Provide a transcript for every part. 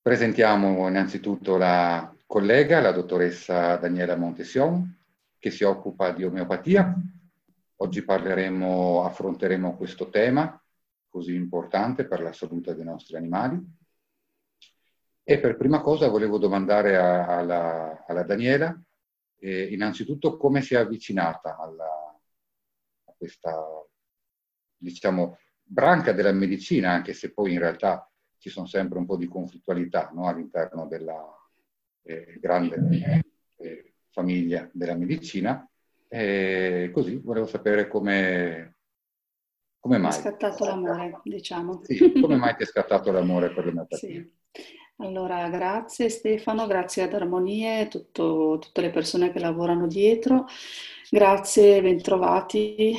Presentiamo innanzitutto la collega, la dottoressa Daniela Montesion, che si occupa di omeopatia. Oggi affronteremo questo tema così importante per la salute dei nostri animali. E per prima cosa volevo domandare alla Daniela, innanzitutto come si è avvicinata a questa, diciamo, branca della medicina, anche se poi in realtà ci sono sempre un po' di conflittualità, no? All'interno della grande famiglia della medicina. E così volevo sapere come Come è mai. scattato l'amore, diciamo. Sì, come mai ti è scattato l'amore per l'omeopatia? Sì. Allora, grazie Stefano, grazie ad Armonie, tutte le persone che lavorano dietro. Grazie, bentrovati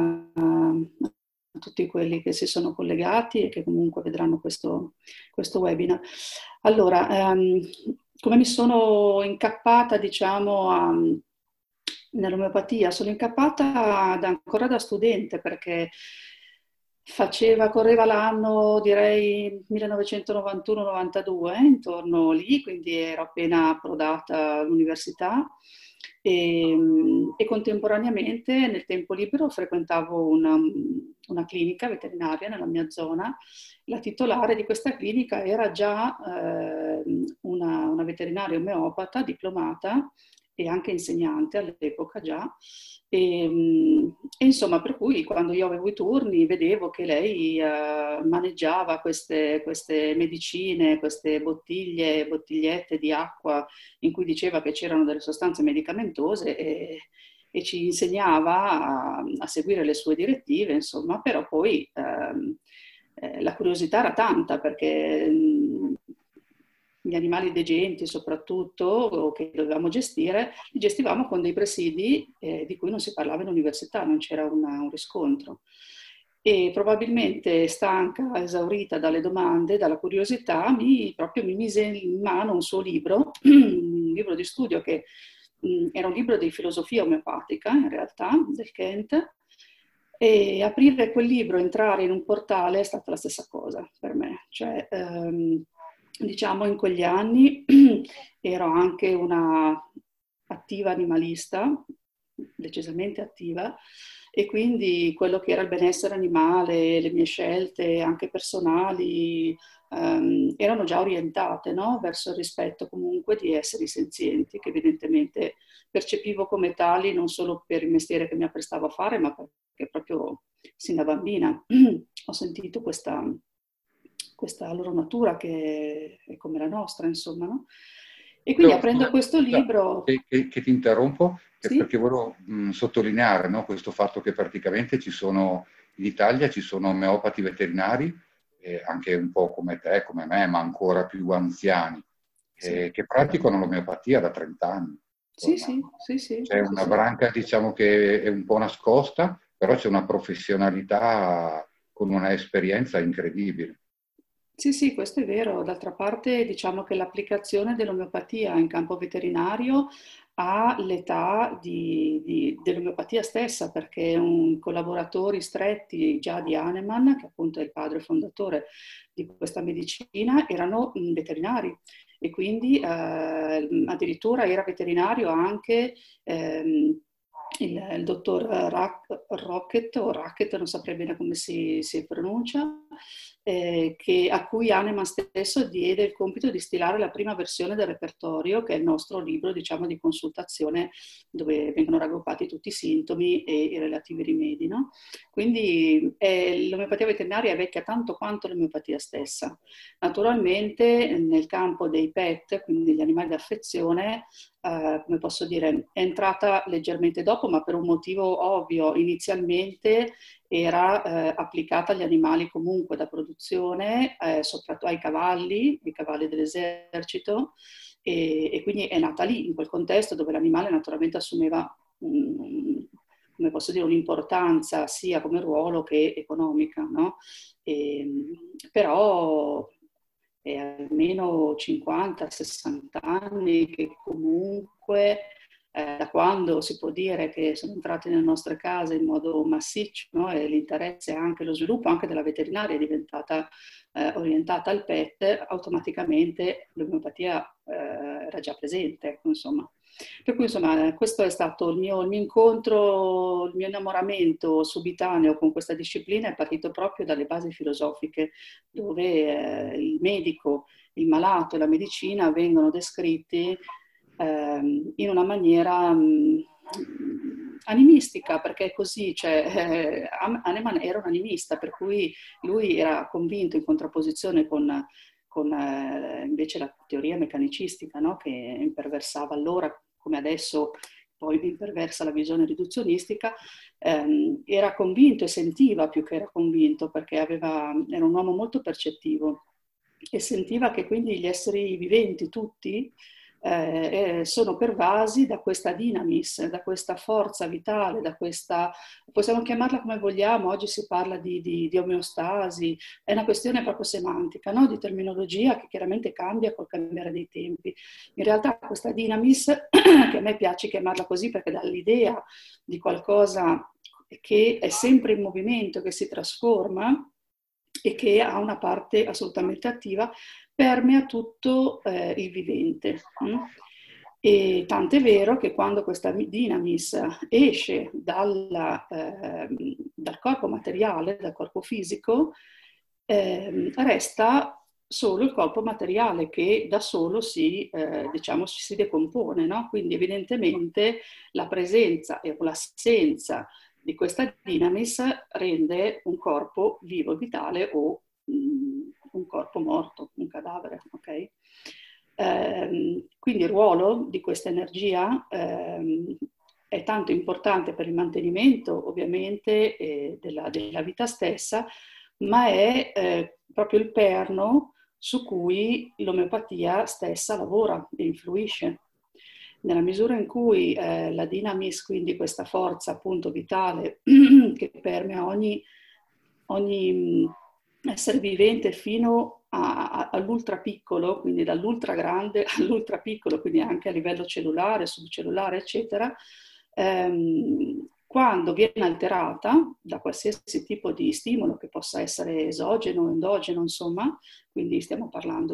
a tutti quelli che si sono collegati e che comunque vedranno questo webinar. Allora, come mi sono incappata, diciamo, nell'omeopatia? Sono incappata ancora da studente perché correva l'anno, direi 1991-92, intorno lì, quindi ero appena approdata all'università e contemporaneamente nel tempo libero frequentavo una clinica veterinaria nella mia zona. La titolare di questa clinica era già una veterinaria omeopata diplomata e anche insegnante all'epoca già. E insomma, per cui quando io avevo i turni vedevo che lei maneggiava queste medicine, queste bottigliette di acqua in cui diceva che c'erano delle sostanze medicamentose e ci insegnava a seguire le sue direttive, insomma, però poi la curiosità era tanta perché gli animali degenti soprattutto, o che dovevamo gestire, li gestivamo con dei presidi di cui non si parlava in università, non c'era un riscontro. E probabilmente stanca, esaurita dalle domande, dalla curiosità, proprio mi mise in mano un suo libro, un libro di studio che era un libro di filosofia omeopatica, in realtà, del Kent, e aprire quel libro, entrare in un portale è stata la stessa cosa per me. Cioè, diciamo, in quegli anni ero anche una attiva animalista, decisamente attiva, e quindi quello che era il benessere animale, le mie scelte anche personali, erano già orientate, no? Verso il rispetto comunque di esseri senzienti, che evidentemente percepivo come tali non solo per il mestiere che mi apprestavo a fare, ma perché proprio sin da bambina ho sentito questa loro natura che è come la nostra, insomma, no? E quindi aprendo questo Scusa libro, che ti interrompo, sì, perché volevo sottolineare, no, questo fatto che praticamente in Italia ci sono omeopati veterinari, anche un po' come te, come me, ma ancora più anziani, sì, che praticano l'omeopatia da 30 anni sì, ormai. sì, sì, sì, C'è sì, una sì. branca, diciamo, che è un po' nascosta, però c'è una professionalità con una esperienza incredibile. Sì, sì, questo è vero. D'altra parte, diciamo che l'applicazione dell'omeopatia in campo veterinario ha l'età dell'omeopatia stessa, perché collaboratori stretti già di Hahnemann, che appunto è il padre fondatore di questa medicina, erano veterinari e quindi addirittura era veterinario anche il dottor Rocket, o Racket, non saprei bene come si pronuncia, a cui Hahnemann stesso diede il compito di stilare la prima versione del repertorio, che è il nostro libro, diciamo, di consultazione, dove vengono raggruppati tutti i sintomi e i relativi rimedi, no? Quindi l'omeopatia veterinaria è vecchia tanto quanto l'omeopatia stessa. Naturalmente nel campo dei pet, quindi degli animali d'affezione, come posso dire, è entrata leggermente dopo, ma per un motivo ovvio. Inizialmente era applicata agli animali comunque da produzione, soprattutto ai i cavalli dell'esercito, e quindi è nata lì, in quel contesto dove l'animale naturalmente assumeva, come posso dire, un'importanza sia come ruolo che economica, no? Però è almeno 50-60 anni che comunque da quando si può dire che sono entrati nelle nostre case in modo massiccio, no? E l'interesse e anche lo sviluppo anche della veterinaria è diventata orientata al pet, automaticamente l'omeopatia era già presente, ecco, insomma. Per cui insomma questo è stato il mio incontro, il mio innamoramento subitaneo con questa disciplina è partito proprio dalle basi filosofiche, dove il medico, il malato e la medicina vengono descritti in una maniera animistica, perché così, cioè, Hahnemann era un animista, per cui lui era convinto in contrapposizione con invece la teoria meccanicistica, no? Che imperversava allora, come adesso poi imperversa la visione riduzionistica, era convinto e sentiva più che era convinto, perché era un uomo molto percettivo e sentiva che quindi gli esseri viventi tutti sono pervasi da questa dynamis, da questa forza vitale, da questa, possiamo chiamarla come vogliamo, oggi si parla di omeostasi, è una questione proprio semantica, no? Di terminologia che chiaramente cambia col cambiare dei tempi. In realtà questa dynamis, che a me piace chiamarla così perché dà l'idea di qualcosa che è sempre in movimento, che si trasforma e che ha una parte assolutamente attiva, permea tutto il vivente. E tant'è vero che quando questa dynamis esce dal corpo materiale, dal corpo fisico, resta solo il corpo materiale che da solo diciamo, si decompone, no? Quindi evidentemente la presenza e l'assenza di questa dynamis rende un corpo vivo e vitale o un corpo morto, un cadavere, ok? Quindi il ruolo di questa energia è tanto importante per il mantenimento ovviamente della vita stessa, ma è proprio il perno su cui l'omeopatia stessa lavora e influisce. Nella misura in cui la dynamis, quindi questa forza appunto vitale che permea ogni essere vivente fino all'ultra piccolo, quindi dall'ultra grande all'ultra piccolo, quindi anche a livello cellulare, subcellulare, eccetera, quando viene alterata da qualsiasi tipo di stimolo che possa essere esogeno o endogeno, insomma, quindi stiamo parlando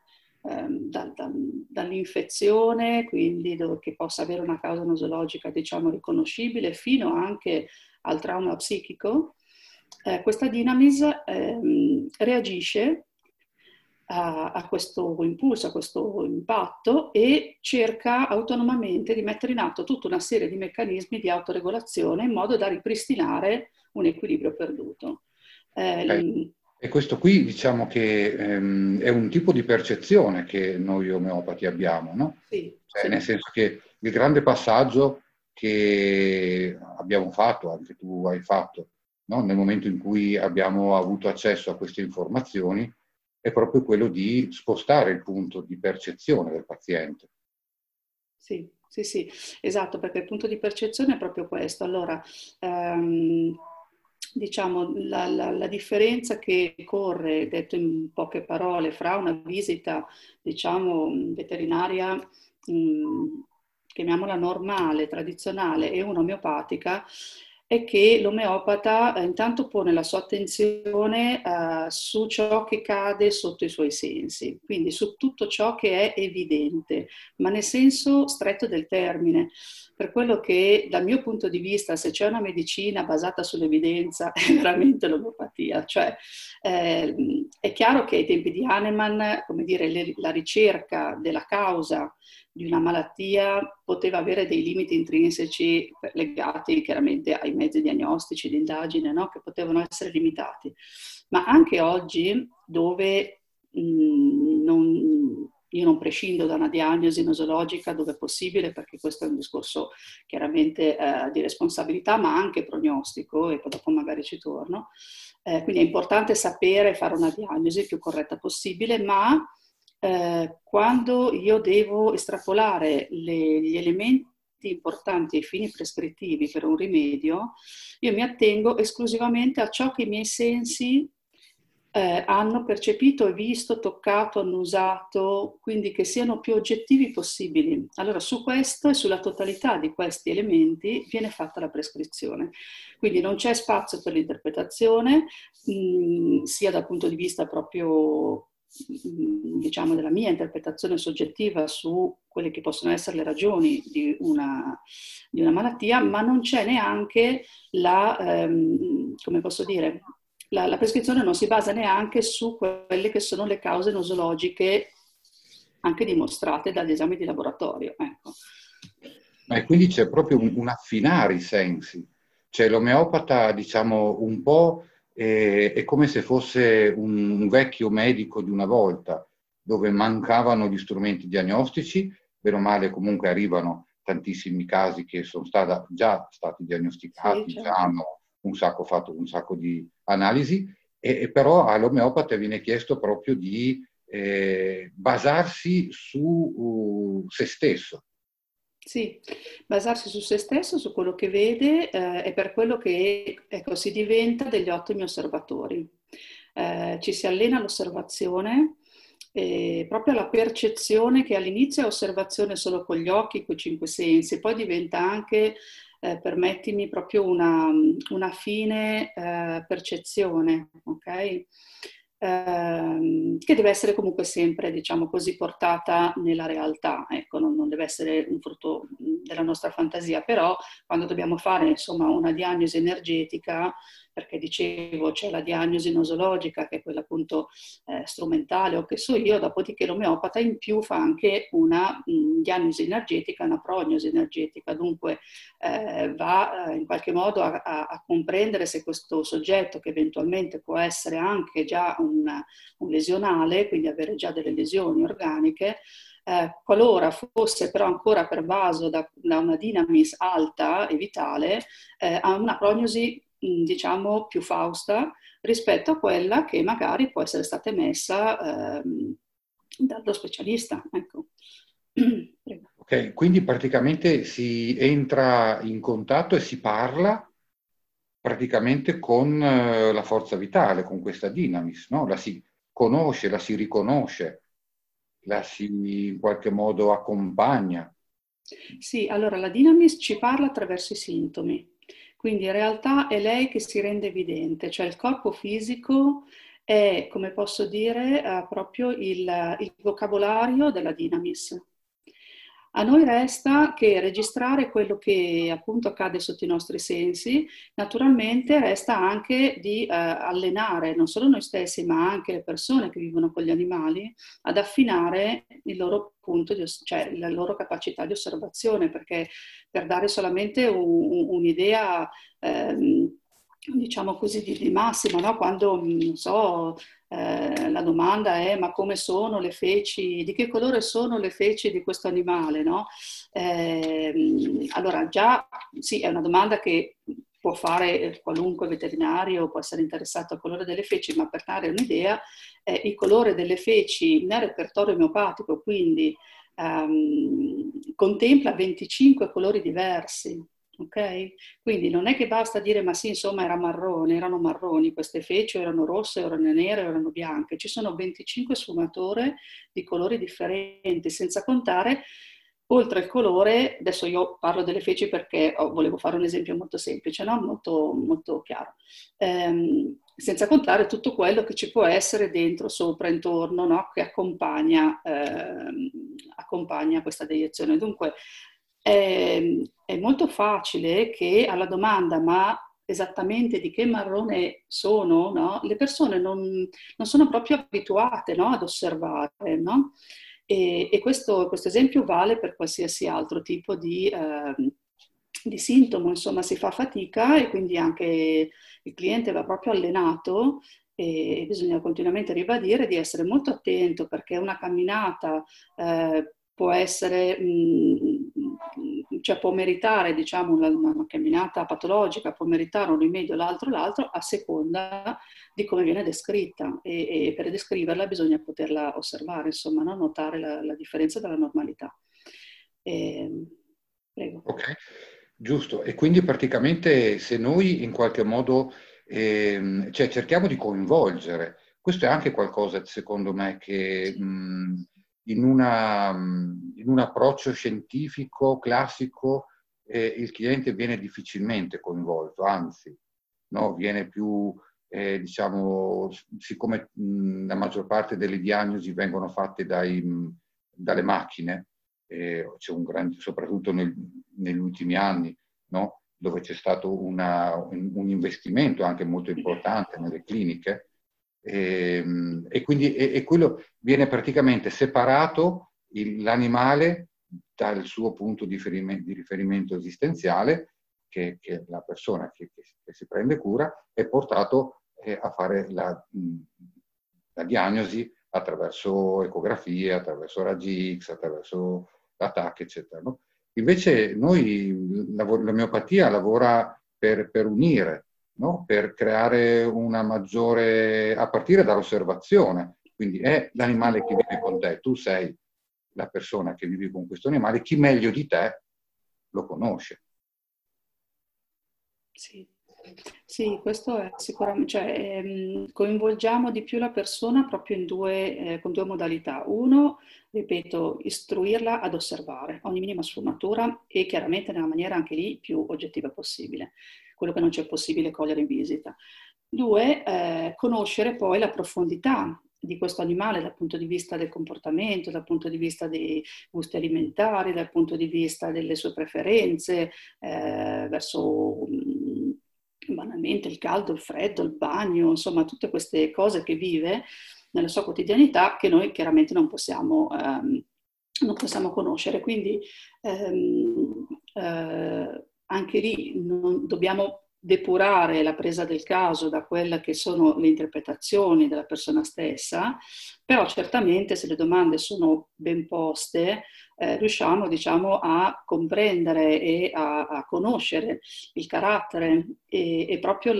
dall'infezione, quindi che possa avere una causa nosologica, diciamo, riconoscibile, fino anche al trauma psichico, questa dynamis reagisce a questo impulso, a questo impatto e cerca autonomamente di mettere in atto tutta una serie di meccanismi di autoregolazione in modo da ripristinare un equilibrio perduto. E questo qui diciamo che è un tipo di percezione che noi omeopati abbiamo, no? Sì, Cioè, sì. nel senso che il grande passaggio che abbiamo fatto, anche tu hai fatto, no? Nel momento in cui abbiamo avuto accesso a queste informazioni, è proprio quello di spostare il punto di percezione del paziente. Sì, sì, sì, esatto, perché il punto di percezione è proprio questo. Allora, diciamo, la differenza che corre, detto in poche parole, fra una visita, diciamo, veterinaria, chiamiamola normale, tradizionale, e una omeopatica, è che l'omeopata intanto pone la sua attenzione su ciò che cade sotto i suoi sensi, quindi su tutto ciò che è evidente, ma nel senso stretto del termine. Per quello che dal mio punto di vista, se c'è una medicina basata sull'evidenza, è veramente l'omeopatia. Cioè, è chiaro che ai tempi di Hahnemann, come dire, la ricerca della causa di una malattia poteva avere dei limiti intrinseci legati chiaramente ai mezzi diagnostici di indagine, no? Che potevano essere limitati. Ma anche oggi, dove io non prescindo da una diagnosi nosologica dove è possibile, perché questo è un discorso chiaramente di responsabilità, ma anche prognostico, e poi dopo magari ci torno. Quindi è importante sapere fare una diagnosi più corretta possibile, ma quando io devo estrapolare gli elementi importanti ai fini prescrittivi per un rimedio, io mi attengo esclusivamente a ciò che i miei sensi hanno percepito e visto, toccato, annusato, quindi che siano più oggettivi possibili. Allora su questo e sulla totalità di questi elementi viene fatta la prescrizione. Quindi non c'è spazio per l'interpretazione, sia dal punto di vista proprio diciamo della mia interpretazione soggettiva su quelle che possono essere le ragioni di una malattia, ma non c'è neanche come posso dire, la prescrizione non si basa neanche su quelle che sono le cause nosologiche anche dimostrate dagli esami di laboratorio. Ecco. Ma quindi c'è proprio un affinare i sensi. Cioè l'omeopata, diciamo, un po' è come se fosse un vecchio medico di una volta, dove mancavano gli strumenti diagnostici, bene o male comunque arrivano tantissimi casi che sono già stati diagnosticati, Sì, certo. già hanno fatto un sacco di analisi, e però all'omeopata viene chiesto proprio di basarsi su se stesso. Sì, basarsi su se stesso, su quello che vede, è per quello che ecco, si diventa degli ottimi osservatori. Ci si allena all'osservazione, proprio alla percezione che all'inizio è osservazione solo con gli occhi, con i cinque sensi, poi diventa anche, permettimi, proprio una fine percezione, ok? Che deve essere comunque sempre, diciamo così, portata nella realtà, ecco, non deve essere un frutto della nostra fantasia, però quando dobbiamo fare, insomma, una diagnosi energetica, perché dicevo c'è la diagnosi nosologica che è quella appunto strumentale o che so io, dopodiché l'omeopata in più fa anche una diagnosi energetica, una prognosi energetica, dunque va in qualche modo a comprendere se questo soggetto, che eventualmente può essere anche già un lesionale, quindi avere già delle lesioni organiche, qualora fosse però ancora pervaso da una dinamis alta e vitale, ha una prognosi diciamo più fausta rispetto a quella che magari può essere stata emessa dallo specialista. Ecco. Prego. Ok, quindi praticamente si entra in contatto e si parla praticamente con la forza vitale, con questa dinamis, no? La si conosce, la si riconosce, la si in qualche modo accompagna. Sì, allora la Dynamis ci parla attraverso i sintomi, quindi in realtà è lei che si rende evidente, cioè il corpo fisico è, come posso dire, proprio il vocabolario della Dynamis. A noi resta che registrare quello che appunto accade sotto i nostri sensi, naturalmente resta anche di allenare non solo noi stessi ma anche le persone che vivono con gli animali ad affinare il loro punto, cioè la loro capacità di osservazione, perché per dare solamente un'idea diciamo così di massima, no? Quando non so, la domanda è ma come sono le feci, di che colore sono le feci di questo animale, no? Allora già sì, è una domanda che può fare qualunque veterinario, può essere interessato al colore delle feci, ma per dare un'idea, il colore delle feci nel repertorio omeopatico, quindi contempla 25 colori diversi. Ok? Quindi non è che basta dire ma sì, insomma era marrone, erano marroni queste feci, o erano rosse, o erano nere, o erano bianche. Ci sono 25 sfumature di colori differenti, senza contare, oltre al colore, adesso io parlo delle feci perché volevo fare un esempio molto semplice, no? Molto, molto chiaro. Senza contare tutto quello che ci può essere dentro, sopra, intorno, no? Che accompagna questa deiezione. Dunque, è molto facile che alla domanda ma esattamente di che marrone sono, no? Le persone non sono proprio abituate, no? Ad osservare, no? E questo esempio vale per qualsiasi altro tipo di sintomo, insomma si fa fatica e quindi anche il cliente va proprio allenato e bisogna continuamente ribadire di essere molto attento perché una camminata può essere, cioè può meritare, diciamo, una camminata patologica, può meritare un rimedio l'altro a seconda di come viene descritta e per descriverla bisogna poterla osservare, insomma, no? Notare la differenza dalla normalità. Prego. Ok, giusto. E quindi praticamente se noi in qualche modo cioè cerchiamo di coinvolgere questo è anche qualcosa, secondo me, che in un approccio scientifico classico il cliente viene difficilmente coinvolto, anzi, no, viene più, diciamo, siccome la maggior parte delle diagnosi vengono fatte dalle macchine, c'è un grande, soprattutto negli ultimi anni, no, dove c'è stato un investimento anche molto importante nelle cliniche, e quindi quello viene praticamente separato l'animale dal suo punto di riferimento esistenziale, che la persona che si prende cura è portato a fare la diagnosi attraverso ecografie, attraverso raggi X, attraverso la TAC, eccetera, no? Invece l'omeopatia lavora per unire, no? Per creare una maggiore, a partire dall'osservazione. Quindi è l'animale che vive con te, tu sei la persona che vive con questo animale, chi meglio di te lo conosce. Sì. Sì, questo è sicuramente, cioè, coinvolgiamo di più la persona proprio con due modalità. Uno, ripeto, istruirla ad osservare ogni minima sfumatura e chiaramente nella maniera anche lì più oggettiva possibile, quello che non c'è possibile cogliere in visita. Due, conoscere poi la profondità di questo animale dal punto di vista del comportamento, dal punto di vista dei gusti alimentari, dal punto di vista delle sue preferenze, verso banalmente il caldo, il freddo, il bagno, insomma tutte queste cose che vive nella sua quotidianità che noi chiaramente non possiamo conoscere. Quindi anche lì dobbiamo depurare la presa del caso da quelle che sono le interpretazioni della persona stessa, però certamente se le domande sono ben poste, riusciamo, diciamo, a comprendere e a conoscere il carattere e proprio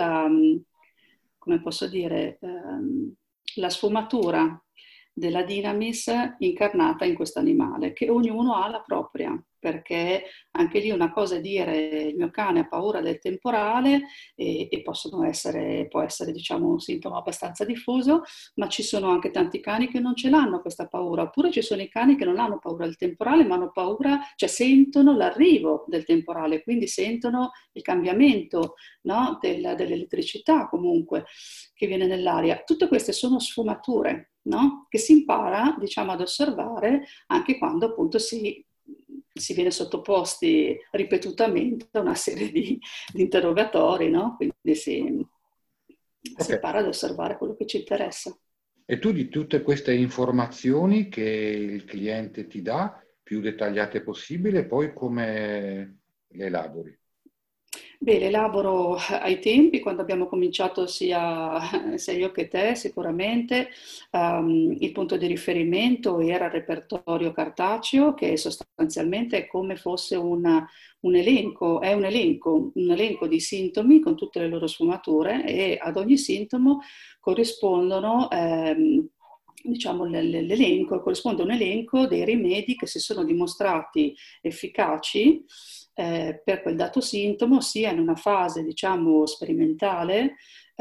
come posso dire, la sfumatura della dynamis incarnata in questo animale, che ognuno ha la propria, perché anche lì una cosa è dire il mio cane ha paura del temporale e può essere diciamo un sintomo abbastanza diffuso, ma ci sono anche tanti cani che non ce l'hanno questa paura, oppure ci sono i cani che non hanno paura del temporale, ma hanno paura, cioè sentono l'arrivo del temporale, quindi sentono il cambiamento, no? Dell'elettricità comunque che viene nell'aria. Tutte queste sono sfumature, no? Che si impara, diciamo, ad osservare anche quando appunto si viene sottoposti ripetutamente a una serie di interrogatori, no? Quindi si impara ad osservare quello che ci interessa. E tu di tutte queste informazioni che il cliente ti dà, più dettagliate possibile, poi come le elabori? Beh, l'elaboro ai tempi, quando abbiamo cominciato sia io che te sicuramente, il punto di riferimento era il repertorio cartaceo, che sostanzialmente è come fosse un elenco, è un elenco di sintomi con tutte le loro sfumature e ad ogni sintomo corrispondono diciamo l'elenco, corrisponde un elenco dei rimedi che si sono dimostrati efficaci per quel dato sintomo, sia in una fase, diciamo, sperimentale,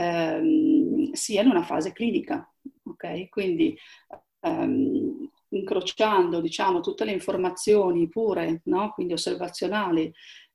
sia in una fase clinica. Okay? Quindi incrociando, diciamo, tutte le informazioni pure, no? Quindi osservazionali,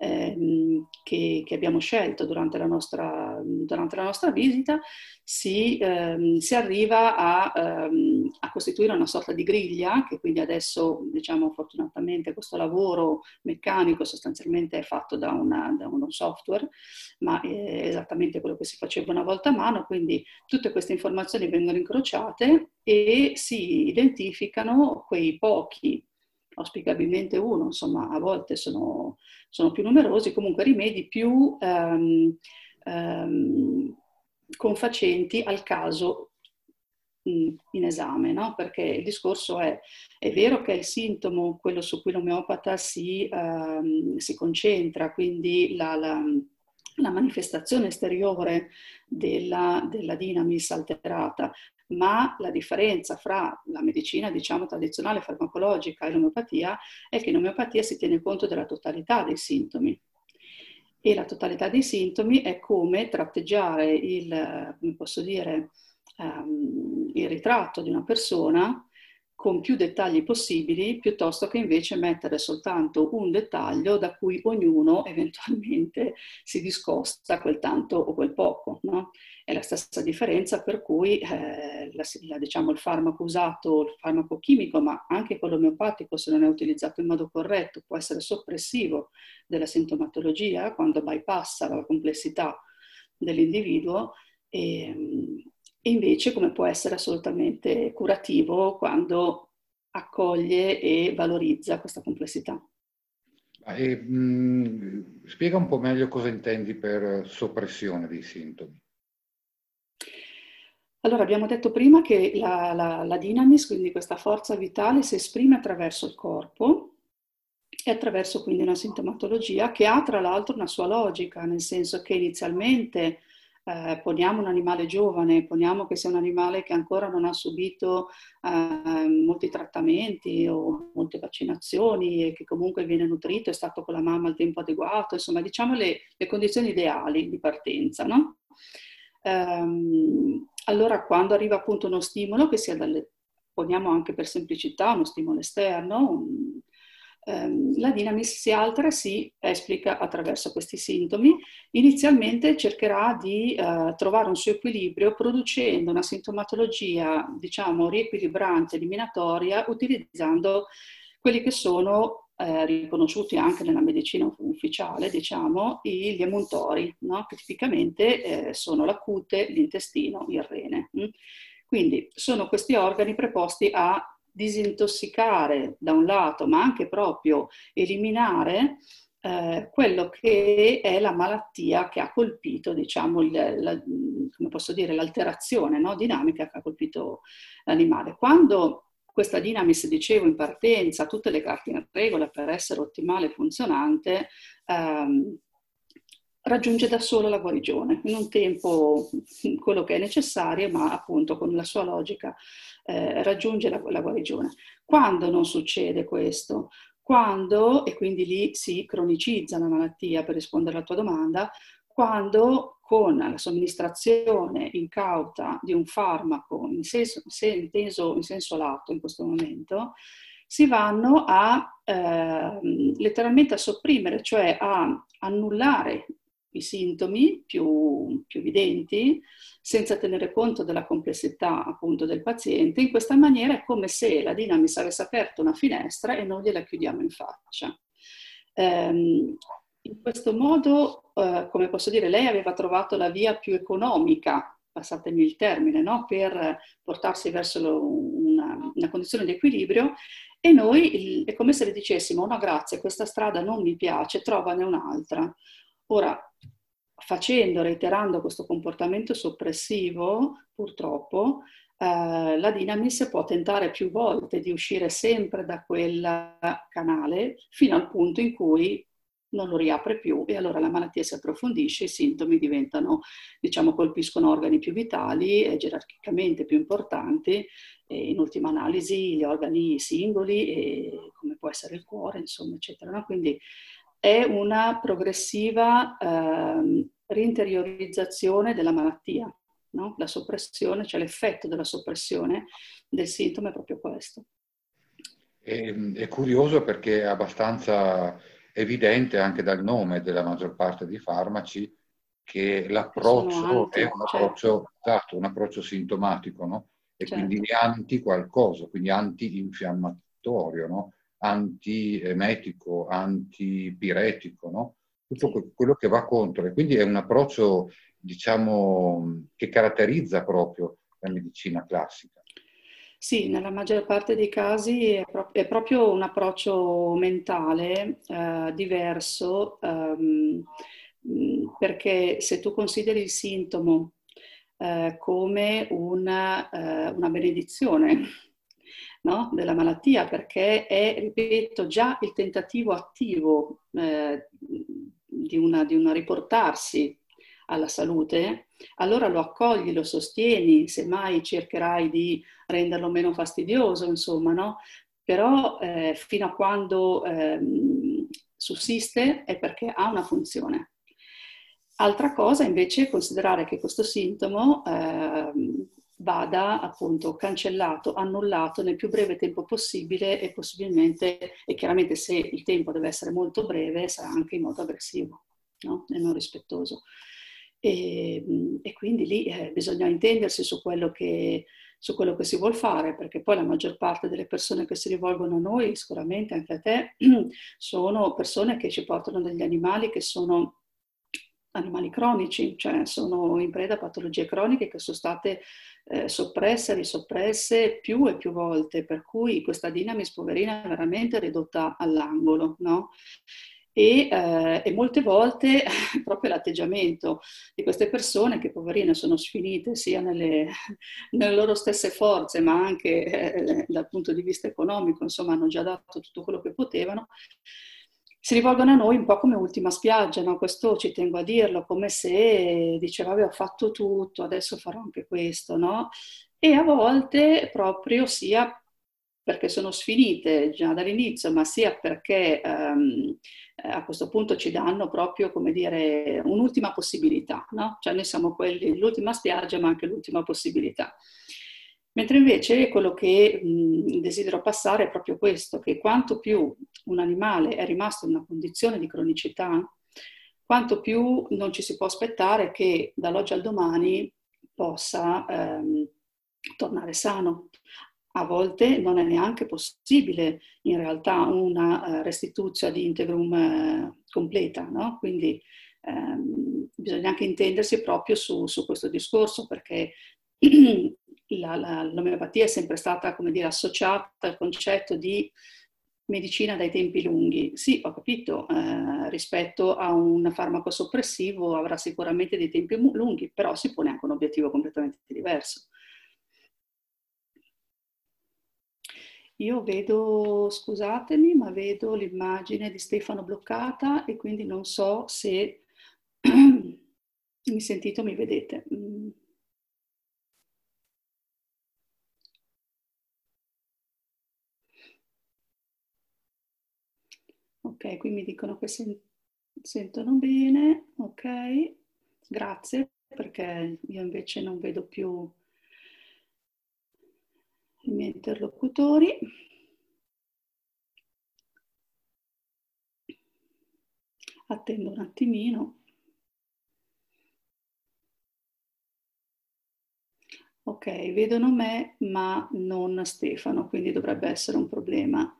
che abbiamo scelto durante la nostra visita, si arriva a costituire una sorta di griglia, che quindi adesso, diciamo, fortunatamente questo lavoro meccanico sostanzialmente è fatto da uno software, ma è esattamente quello che si faceva una volta a mano, quindi tutte queste informazioni vengono incrociate e si identificano quei pochi, auspicabilmente uno, insomma a volte sono più numerosi, comunque rimedi più confacenti al caso in esame, no? Perché il discorso è vero che è il sintomo quello su cui l'omeopata si concentra, quindi la manifestazione esteriore della dynamis alterata, ma la differenza fra la medicina, diciamo, tradizionale farmacologica e l'omeopatia è che in omeopatia si tiene conto della totalità dei sintomi. E la totalità dei sintomi è come tratteggiare come posso dire, il ritratto di una persona con più dettagli possibili, piuttosto che invece mettere soltanto un dettaglio da cui ognuno eventualmente si discosta quel tanto o quel poco, no? È la stessa differenza per cui diciamo, il farmaco usato, il farmaco chimico, ma anche quello omeopatico, se non è utilizzato in modo corretto, può essere soppressivo della sintomatologia quando bypassa la complessità dell'individuo. E invece come può essere assolutamente curativo quando accoglie e valorizza questa complessità. Spiega un po' meglio cosa intendi per soppressione dei sintomi. Allora, abbiamo detto prima che la dynamis, quindi questa forza vitale, si esprime attraverso il corpo e attraverso quindi una sintomatologia che ha tra l'altro una sua logica, nel senso che inizialmente poniamo un animale giovane, poniamo che sia un animale che ancora non ha subito molti trattamenti o molte vaccinazioni e che comunque viene nutrito, è stato con la mamma al tempo adeguato, insomma diciamo le condizioni ideali di partenza, no? Allora quando arriva appunto uno stimolo che sia poniamo anche per semplicità uno stimolo esterno, la dynamis si altera e si esplica attraverso questi sintomi. Inizialmente cercherà di trovare un suo equilibrio producendo una sintomatologia, diciamo, riequilibrante, eliminatoria, utilizzando quelli che sono riconosciuti anche nella medicina ufficiale, diciamo, gli emuntori, no? Che tipicamente sono la cute, l'intestino, il rene. Quindi sono questi organi preposti a disintossicare da un lato, ma anche proprio eliminare quello che è la malattia che ha colpito, diciamo, come posso dire, l'alterazione, no, dinamica che ha colpito l'animale. Quando questa dynamis, dicevo in partenza, ha tutte le carte in regola per essere ottimale e funzionante, raggiunge da solo la guarigione, in un tempo quello che è necessario, ma appunto con la sua logica raggiunge la guarigione. Quando non succede questo? Quando, e quindi lì si cronicizza la malattia, per rispondere alla tua domanda, quando con la somministrazione incauta di un farmaco, inteso in senso lato in questo momento, si vanno a letteralmente a sopprimere, cioè a annullare i sintomi più evidenti, senza tenere conto della complessità appunto del paziente. In questa maniera è come se la dynamis avesse aperto una finestra e noi gliela chiudiamo in faccia. In questo modo, come posso dire, lei aveva trovato la via più economica, passatemi il termine, no? Per portarsi verso una condizione di equilibrio, e noi è come se le dicessimo: no grazie, questa strada non mi piace, trovane un'altra. Ora, reiterando questo comportamento soppressivo, purtroppo, la dynamis può tentare più volte di uscire sempre da quel canale fino al punto in cui non lo riapre più e allora la malattia si approfondisce, i sintomi diventano, diciamo, colpiscono organi più vitali e gerarchicamente più importanti, e in ultima analisi gli organi singoli, e come può essere il cuore, insomma, eccetera. No? Quindi è una progressiva reinteriorizzazione della malattia, no? La soppressione, cioè l'effetto della soppressione del sintomo è proprio questo. È curioso perché è abbastanza evidente anche dal nome della maggior parte dei farmaci che l'approccio è un approccio, certo, esatto, un approccio sintomatico, no? E certo, quindi anti qualcosa, quindi antinfiammatorio, no? Antiemetico, antipiretico, no? Tutto sì, quello che va contro. E quindi è un approccio, diciamo, che caratterizza proprio la medicina classica. Sì, nella maggior parte dei casi è proprio un approccio mentale diverso, perché se tu consideri il sintomo come una benedizione, no? Della malattia, perché è, ripeto, già il tentativo attivo di un riportarsi alla salute, allora lo accogli, lo sostieni, semmai cercherai di renderlo meno fastidioso, insomma, no? Però fino a quando sussiste è perché ha una funzione. Altra cosa invece è considerare che questo sintomo vada appunto cancellato, annullato nel più breve tempo possibile e possibilmente, e chiaramente se il tempo deve essere molto breve, sarà anche in modo aggressivo, no? E non rispettoso. E quindi lì bisogna intendersi su quello che si vuol fare, perché poi la maggior parte delle persone che si rivolgono a noi, sicuramente anche a te, sono persone che ci portano degli animali che sono animali cronici, cioè sono in preda a patologie croniche che sono state soppresse, risoppresse più e più volte, per cui questa Dynamis poverina è veramente ridotta all'angolo, no? E molte volte proprio l'atteggiamento di queste persone che poverine sono sfinite sia nelle loro stesse forze ma anche dal punto di vista economico, insomma hanno già dato tutto quello che potevano, si rivolgono a noi un po' come ultima spiaggia, no? Questo ci tengo a dirlo, come se diceva ho fatto tutto, adesso farò anche questo, no? E a volte proprio sia perché sono sfinite già dall'inizio, ma sia perché a questo punto ci danno proprio, come dire, un'ultima possibilità, no? Cioè noi siamo quelli, l'ultima spiaggia, ma anche l'ultima possibilità. Mentre invece quello che desidero passare è proprio questo, che quanto più un animale è rimasto in una condizione di cronicità, quanto più non ci si può aspettare che dall'oggi al domani possa tornare sano. A volte non è neanche possibile in realtà una restituzione di integrum completa, no? Quindi bisogna anche intendersi proprio su questo discorso, perché l'omeopatia è sempre stata, come dire, associata al concetto di medicina dai tempi lunghi. Sì, ho capito, rispetto a un farmaco soppressivo avrà sicuramente dei tempi lunghi, però si pone anche un obiettivo completamente diverso. Io vedo, scusatemi, ma vedo l'immagine di Stefano bloccata e quindi non so se mi sentite o mi vedete. Ok, qui mi dicono che sentono bene, ok, grazie, perché io invece non vedo più i miei interlocutori. Attendo un attimino. Ok, vedono me ma non Stefano, quindi dovrebbe essere un problema,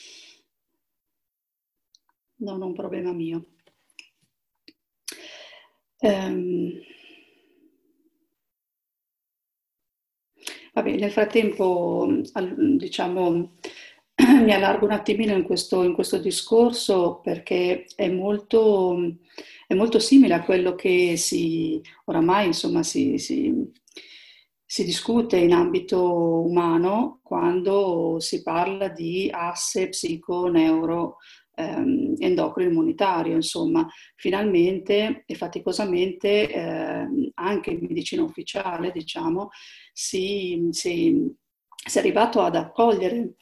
non un problema mio. Vabbè, nel frattempo, diciamo, mi allargo un attimino in questo discorso perché è molto simile a quello che oramai, insomma, si discute in ambito umano quando si parla di asse psico-neuro endocrino immunitario, insomma, finalmente e faticosamente anche in medicina ufficiale, diciamo, si è arrivato ad accogliere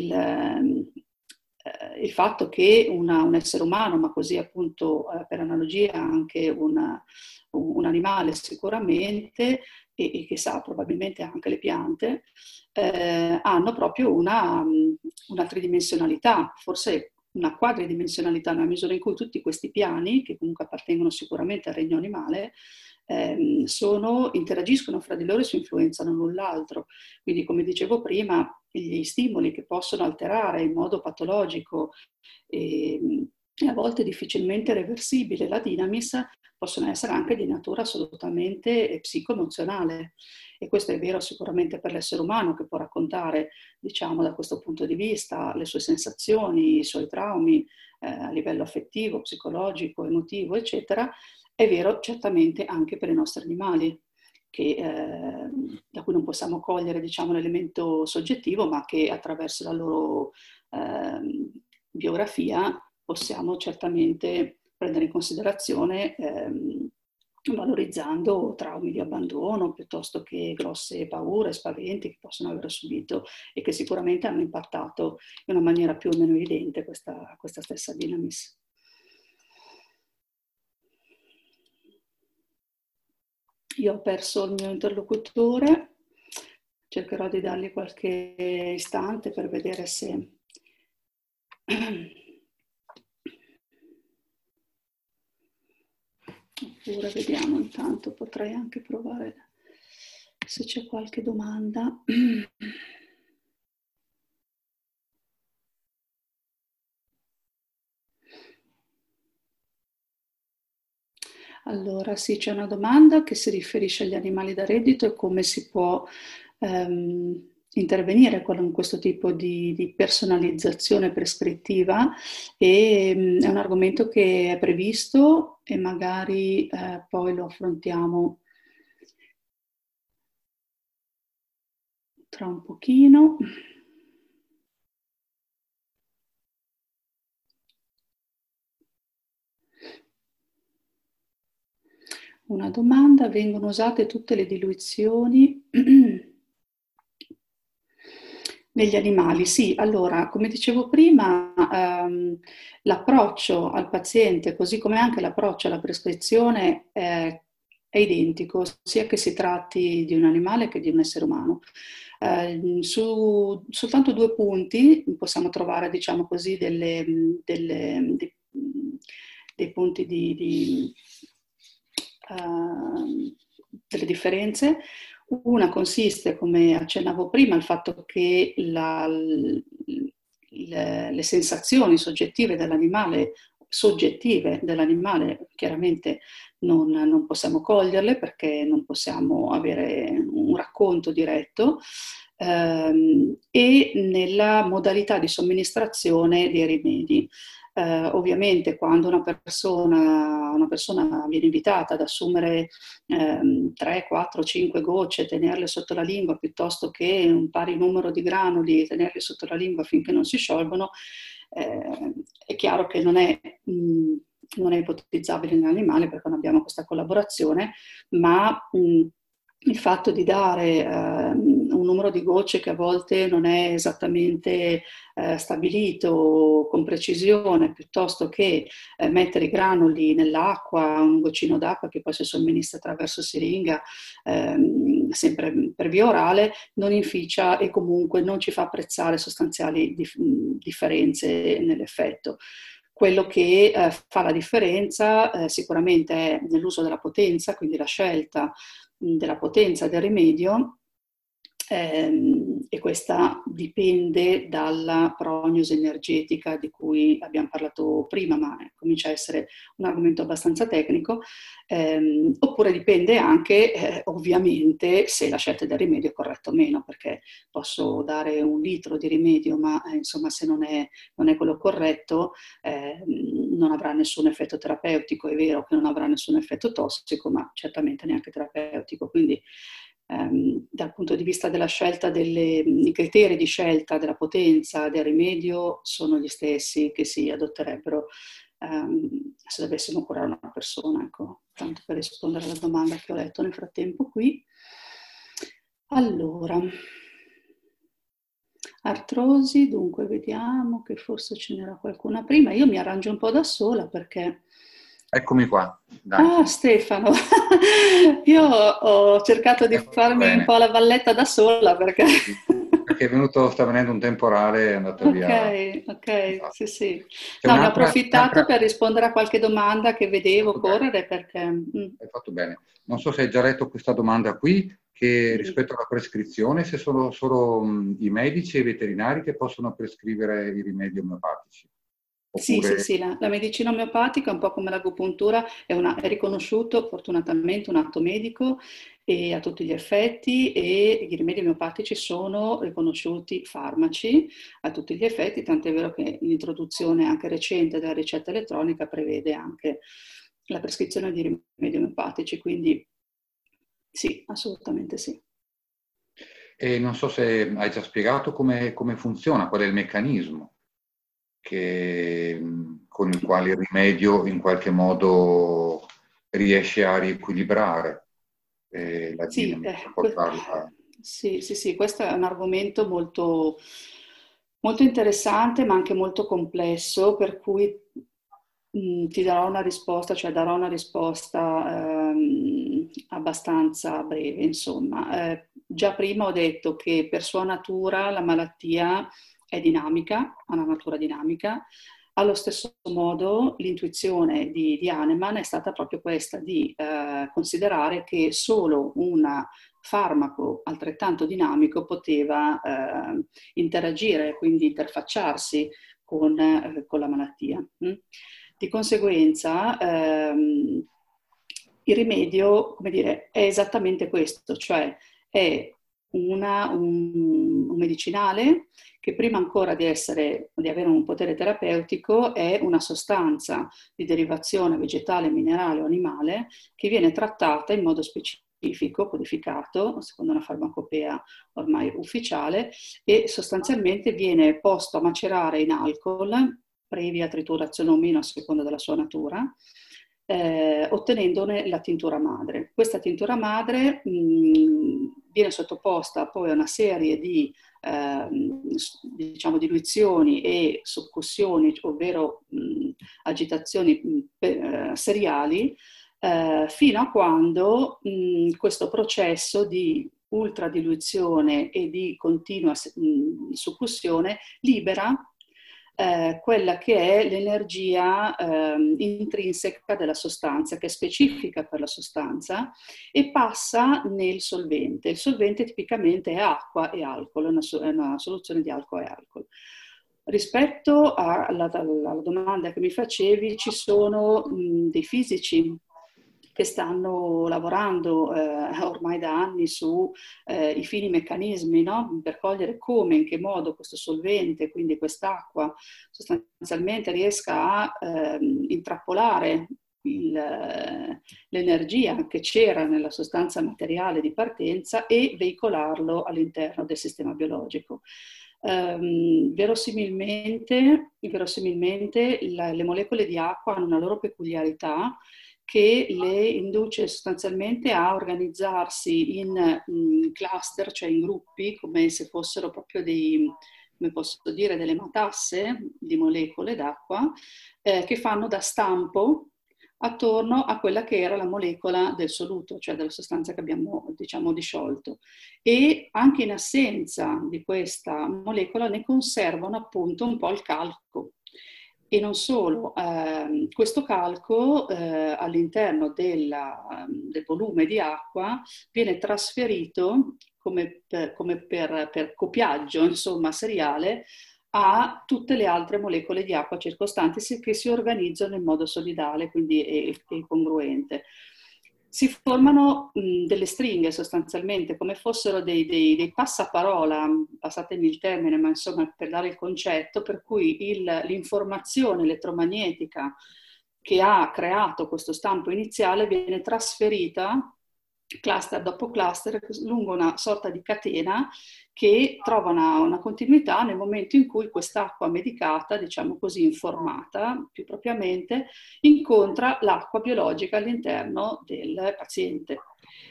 il fatto che un essere umano, ma così appunto per analogia anche un animale sicuramente, e chissà probabilmente anche le piante, hanno proprio una tridimensionalità, forse una quadridimensionalità, nella misura in cui tutti questi piani, che comunque appartengono sicuramente al regno animale, interagiscono fra di loro e si influenzano l'un l'altro. Quindi, come dicevo prima, gli stimoli che possono alterare in modo patologico e a volte difficilmente reversibile la Dynamis possono essere anche di natura assolutamente psico-emozionale. E questo è vero sicuramente per l'essere umano che può raccontare, diciamo, da questo punto di vista le sue sensazioni, i suoi traumi a livello affettivo, psicologico, emotivo, eccetera. È vero certamente anche per i nostri animali, da cui non possiamo cogliere, diciamo, l'elemento soggettivo, ma che attraverso la loro biografia possiamo certamente prendere in considerazione valorizzando traumi di abbandono piuttosto che grosse paure, spaventi che possono aver subito e che sicuramente hanno impattato in una maniera più o meno evidente questa stessa Dynamis. Io ho perso il mio interlocutore, cercherò di dargli qualche istante per vedere se... Oppure vediamo intanto, potrei anche provare se c'è qualche domanda. Allora, sì, c'è una domanda che si riferisce agli animali da reddito e come si può intervenire con questo tipo di personalizzazione prescrittiva e è un argomento che è previsto e magari poi lo affrontiamo tra un pochino. Una domanda: vengono usate tutte le diluizioni negli animali? Sì, allora, come dicevo prima, l'approccio al paziente, così come anche l'approccio alla prescrizione, è identico, sia che si tratti di un animale che di un essere umano. Su soltanto due punti possiamo trovare, diciamo così, dei punti delle differenze. Una consiste, come accennavo prima, il fatto che le sensazioni soggettive dell'animale chiaramente non possiamo coglierle perché non possiamo avere un racconto diretto, e nella modalità di somministrazione dei rimedi. Ovviamente quando una persona viene invitata ad assumere 3, 4, 5 gocce, tenerle sotto la lingua piuttosto che un pari numero di granuli, tenerli sotto la lingua finché non si sciolgono, è chiaro che non è ipotizzabile nell'animale perché non abbiamo questa collaborazione, ma il fatto di dare un numero di gocce che a volte non è esattamente stabilito con precisione, piuttosto che mettere i granuli nell'acqua, un goccino d'acqua che poi si somministra attraverso siringa, sempre per via orale, non inficia e comunque non ci fa apprezzare sostanziali differenze nell'effetto. Quello che fa la differenza sicuramente è nell'uso della potenza, quindi la scelta della potenza del rimedio, e questa dipende dalla prognosi energetica di cui abbiamo parlato prima, ma comincia a essere un argomento abbastanza tecnico, oppure dipende anche ovviamente se la scelta del rimedio è corretta o meno, perché posso dare 1 litro di rimedio, ma insomma se non è quello corretto non avrà nessun effetto terapeutico. È vero che non avrà nessun effetto tossico, ma certamente neanche terapeutico. Quindi dal punto di vista della scelta i criteri di scelta della potenza del rimedio sono gli stessi che si adotterebbero se dovessimo curare una persona. Ecco, tanto per rispondere alla domanda che ho letto nel frattempo qui. Allora, artrosi, dunque vediamo che forse ce n'era qualcuna prima. Io mi arrangio un po' da sola perché... Eccomi qua, dai. Ah, Stefano, io ho cercato di farmi un po' la valletta da sola perché... Perché sta venendo un temporale e è andato via. Ok, sì, sì. C'è No, ne ho approfittato un'altra... per rispondere a qualche domanda che vedevo correre perché... Hai fatto bene. Non so se hai già letto questa domanda qui, che rispetto alla prescrizione, se sono solo i medici e i veterinari che possono prescrivere i rimedi omeopatici. Oppure... Sì, la medicina omeopatica, un po' come l'agopuntura, è riconosciuto fortunatamente un atto medico e a tutti gli effetti, e i rimedi omeopatici sono riconosciuti farmaci a tutti gli effetti, tant'è vero che l'introduzione anche recente della ricetta elettronica prevede anche la prescrizione di rimedi omeopatici, quindi sì, assolutamente sì. E non so se hai già spiegato come funziona, qual è il meccanismo con il quale il rimedio in qualche modo riesce a riequilibrare la dinamica, portarla... Sì, questo è un argomento molto, molto interessante, ma anche molto complesso, per cui ti darò una risposta, cioè darò una risposta abbastanza breve, insomma. già prima ho detto che per sua natura la malattia è dinamica, ha una natura dinamica. Allo stesso modo l'intuizione di Hahnemann è stata proprio questa, di considerare che solo un farmaco altrettanto dinamico poteva interagire, quindi interfacciarsi con la malattia. Di conseguenza il rimedio, come dire, è esattamente questo, cioè è un medicinale che prima ancora di avere un potere terapeutico è una sostanza di derivazione vegetale, minerale o animale che viene trattata in modo specifico, codificato, secondo una farmacopea ormai ufficiale, e sostanzialmente viene posto a macerare in alcol, previa triturazione o meno a seconda della sua natura, ottenendone la tintura madre. Questa tintura madre viene sottoposta poi a una serie di diciamo diluizioni e succussioni, ovvero agitazioni seriali, fino a quando questo processo di ultradiluizione e di continua succussione libera quella che è l'energia intrinseca della sostanza, che è specifica per la sostanza, e passa nel solvente. Il solvente tipicamente è acqua e alcol, è una soluzione di acqua e alcol. Rispetto alla domanda che mi facevi, ci sono dei fisici che stanno lavorando ormai da anni su i fini meccanismi, no? Per cogliere come, in che modo questo solvente, quindi quest'acqua, sostanzialmente riesca a intrappolare l'energia che c'era nella sostanza materiale di partenza e veicolarlo all'interno del sistema biologico. Verosimilmente le molecole di acqua hanno una loro peculiarità che le induce sostanzialmente a organizzarsi in cluster, cioè in gruppi, come se fossero proprio come posso dire, delle matasse di molecole d'acqua che fanno da stampo attorno a quella che era la molecola del soluto, cioè della sostanza che abbiamo, diciamo, disciolto. E anche in assenza di questa molecola ne conservano appunto un po' il calco. E non solo, questo calco all'interno del volume di acqua viene trasferito come per copiaggio, insomma, seriale, a tutte le altre molecole di acqua circostanti che si organizzano in modo solidale, quindi e congruente. Si formano delle stringhe sostanzialmente, come fossero dei passaparola, passatemi il termine, ma insomma per dare il concetto, per cui l'informazione elettromagnetica che ha creato questo stampo iniziale viene trasferita cluster dopo cluster lungo una sorta di catena che trova una continuità nel momento in cui quest'acqua medicata, diciamo così informata più propriamente, incontra l'acqua biologica all'interno del paziente.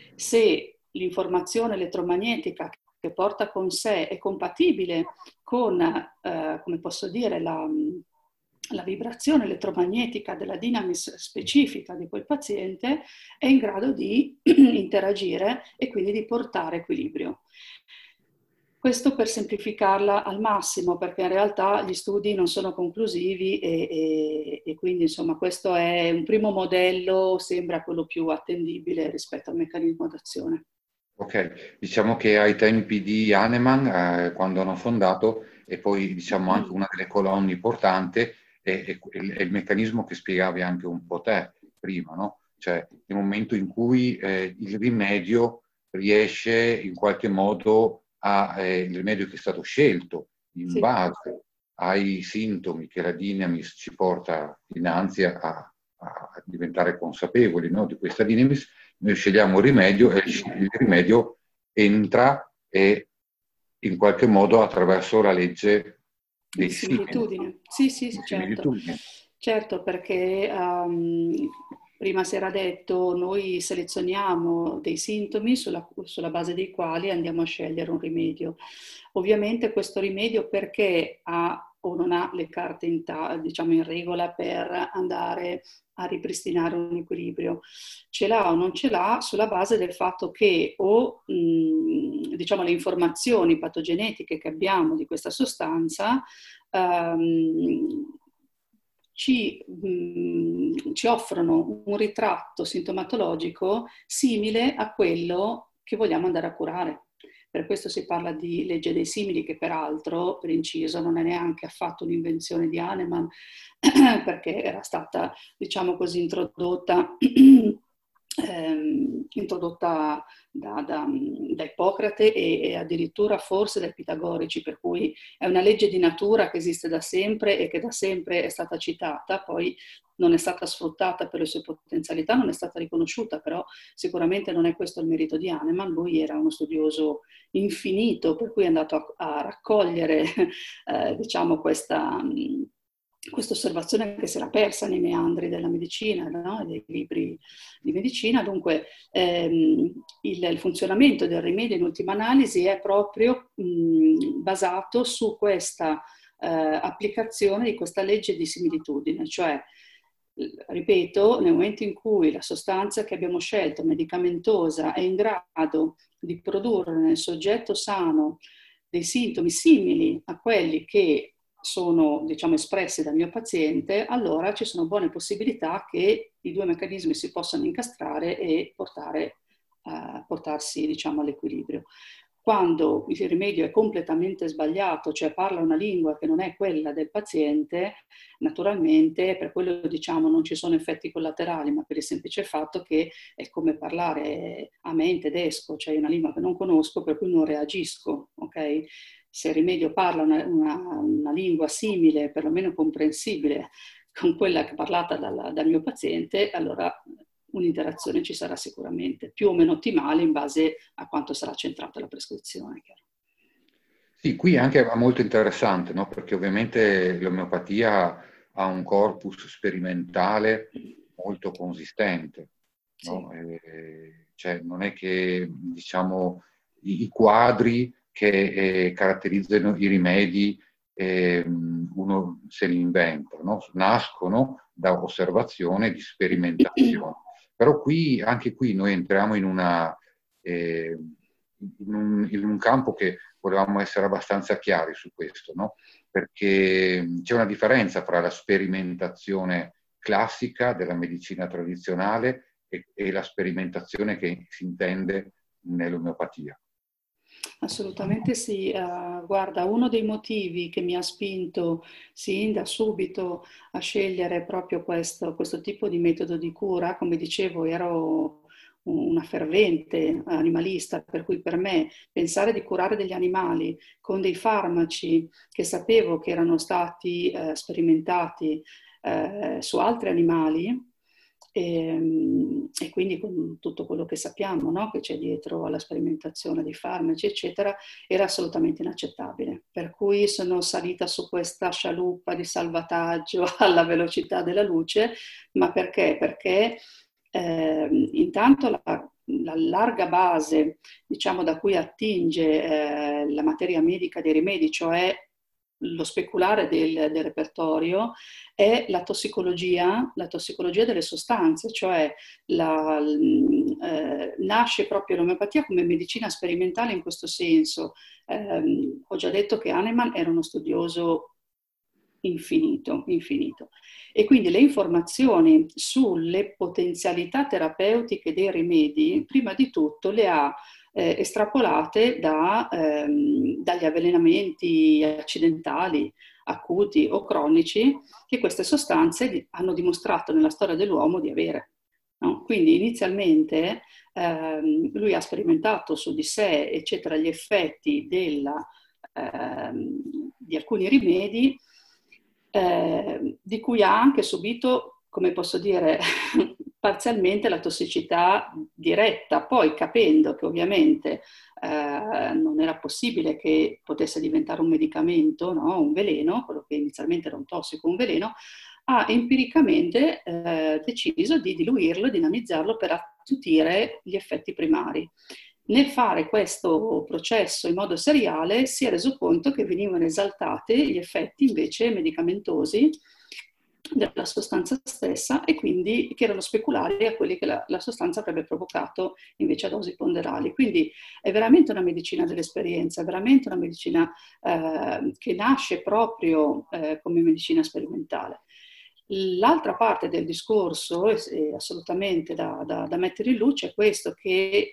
Se l'informazione elettromagnetica che porta con sé è compatibile con, come posso dire, la vibrazione elettromagnetica della dinamis specifica di quel paziente, è in grado di interagire e quindi di portare equilibrio. Questo per semplificarla al massimo, perché in realtà gli studi non sono conclusivi e quindi insomma questo è un primo modello, sembra quello più attendibile rispetto al meccanismo d'azione. Ok, diciamo che ai tempi di Hahnemann, quando hanno fondato, e poi diciamo anche una delle colonne portanti, è il meccanismo che spiegavi anche un po' te prima, no? Cioè il momento in cui il rimedio riesce in qualche modo il rimedio che è stato scelto in base ai sintomi che la Dinamis ci porta dinanzi a diventare consapevoli, no, di questa Dinamis. Noi scegliamo il rimedio e il rimedio entra e in qualche modo attraverso la legge dei similitudine. Sì, certo. Certo, perché prima si era detto noi selezioniamo dei sintomi sulla base dei quali andiamo a scegliere un rimedio. Ovviamente questo rimedio perché ha o non ha le carte diciamo in regola per andare a ripristinare un equilibrio. Ce l'ha o non ce l'ha sulla base del fatto che diciamo, le informazioni patogenetiche che abbiamo di questa sostanza ci offrono un ritratto sintomatologico simile a quello che vogliamo andare a curare. Per questo si parla di legge dei simili, che peraltro, per inciso, non è neanche affatto un'invenzione di Hahnemann, perché era stata, diciamo così, introdotta da Ippocrate e addirittura forse dai pitagorici, per cui è una legge di natura che esiste da sempre e che da sempre è stata citata, poi non è stata sfruttata per le sue potenzialità, non è stata riconosciuta, però sicuramente non è questo il merito di Hahnemann. Lui era uno studioso infinito, per cui è andato a raccogliere diciamo questa osservazione che si era persa nei meandri della medicina, no? Dei libri di medicina. Dunque il funzionamento del rimedio in ultima analisi è proprio basato su questa applicazione di questa legge di similitudine, cioè, ripeto, nel momento in cui la sostanza che abbiamo scelto, medicamentosa, è in grado di produrre nel soggetto sano dei sintomi simili a quelli che sono, diciamo, espressi dal mio paziente, allora ci sono buone possibilità che i due meccanismi si possano incastrare e portarsi, diciamo, all'equilibrio. Quando il rimedio è completamente sbagliato, cioè parla una lingua che non è quella del paziente, naturalmente per quello, diciamo, non ci sono effetti collaterali, ma per il semplice fatto che è come parlare a me in tedesco, cioè una lingua che non conosco, per cui non reagisco, ok? Se il rimedio parla una lingua simile, perlomeno comprensibile, con quella parlata dal mio paziente, allora un'interazione ci sarà sicuramente, più o meno ottimale in base a quanto sarà centrata la prescrizione. Chiaro. Sì, qui è anche molto interessante, no? Perché ovviamente l'omeopatia ha un corpus sperimentale molto consistente, no? Sì. Cioè non è che, diciamo, i quadri che caratterizzano i rimedi uno se li inventa, no? Nascono da osservazione di sperimentazione. Però qui, anche qui noi entriamo in un campo che volevamo essere abbastanza chiari su questo, no? Perché c'è una differenza fra la sperimentazione classica della medicina tradizionale e la sperimentazione che si intende nell'omeopatia. Assolutamente sì. Guarda, uno dei motivi che mi ha spinto sin da subito a scegliere proprio questo tipo di metodo di cura, come dicevo, ero una fervente animalista, per cui per me pensare di curare degli animali con dei farmaci che sapevo che erano stati sperimentati su altri animali, e quindi con tutto quello che sappiamo, no? Che c'è dietro alla sperimentazione dei farmaci, eccetera, era assolutamente inaccettabile. Per cui sono salita su questa scialuppa di salvataggio alla velocità della luce, ma perché? Perché intanto la larga base, diciamo, da cui attinge la materia medica dei rimedi, cioè lo speculare del repertorio, è la tossicologia delle sostanze, cioè nasce proprio l'omeopatia come medicina sperimentale in questo senso. Ho già detto che Hahnemann era uno studioso infinito. E quindi le informazioni sulle potenzialità terapeutiche dei rimedi, prima di tutto le ha estrapolate dagli avvelenamenti accidentali, acuti o cronici che queste sostanze hanno dimostrato nella storia dell'uomo di avere. No? Quindi inizialmente lui ha sperimentato su di sé, eccetera, gli effetti di alcuni rimedi di cui ha anche subito, come posso dire, parzialmente la tossicità diretta, poi capendo che ovviamente non era possibile che potesse diventare un medicamento, no? Un veleno, quello che inizialmente era un tossico, un veleno, ha empiricamente deciso di diluirlo, dinamizzarlo per attutire gli effetti primari. nel fare questo processo in modo seriale si è reso conto che venivano esaltati gli effetti invece medicamentosi della sostanza stessa e quindi che erano speculari a quelli che la sostanza avrebbe provocato invece a dosi ponderali. Quindi è veramente una medicina dell'esperienza, è veramente una medicina che nasce proprio come medicina sperimentale. L'altra parte del discorso, assolutamente da mettere in luce, è questo, che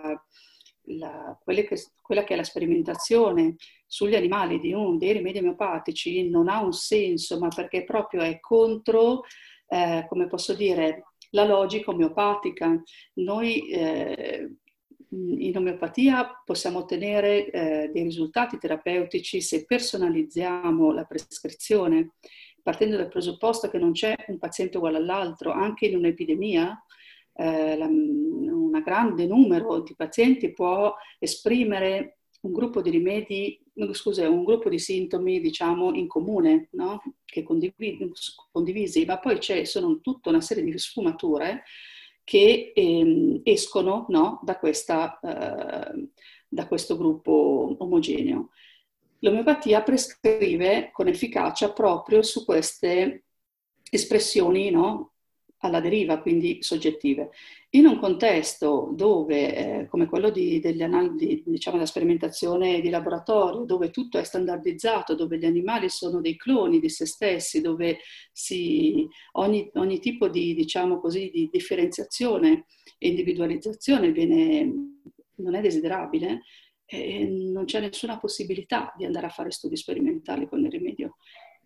quella che è la sperimentazione sugli animali dei rimedi omeopatici non ha un senso, ma perché proprio è contro, come posso dire, la logica omeopatica. Noi in omeopatia possiamo ottenere dei risultati terapeutici se personalizziamo la prescrizione, partendo dal presupposto che non c'è un paziente uguale all'altro. Anche in un'epidemia un grande numero di pazienti può esprimere un gruppo di rimedi, scusa, un gruppo di sintomi, diciamo, in comune, no? Che condivisi, ma poi sono tutta una serie di sfumature che escono, no? da questo gruppo omogeneo. L'omeopatia prescrive con efficacia proprio su queste espressioni, no? Alla deriva, quindi soggettive. In un contesto dove, come quello diciamo, della sperimentazione di laboratorio, dove tutto è standardizzato, dove gli animali sono dei cloni di se stessi, dove ogni tipo di, diciamo così, di differenziazione e individualizzazione non è desiderabile, non c'è nessuna possibilità di andare a fare studi sperimentali con il rimedio.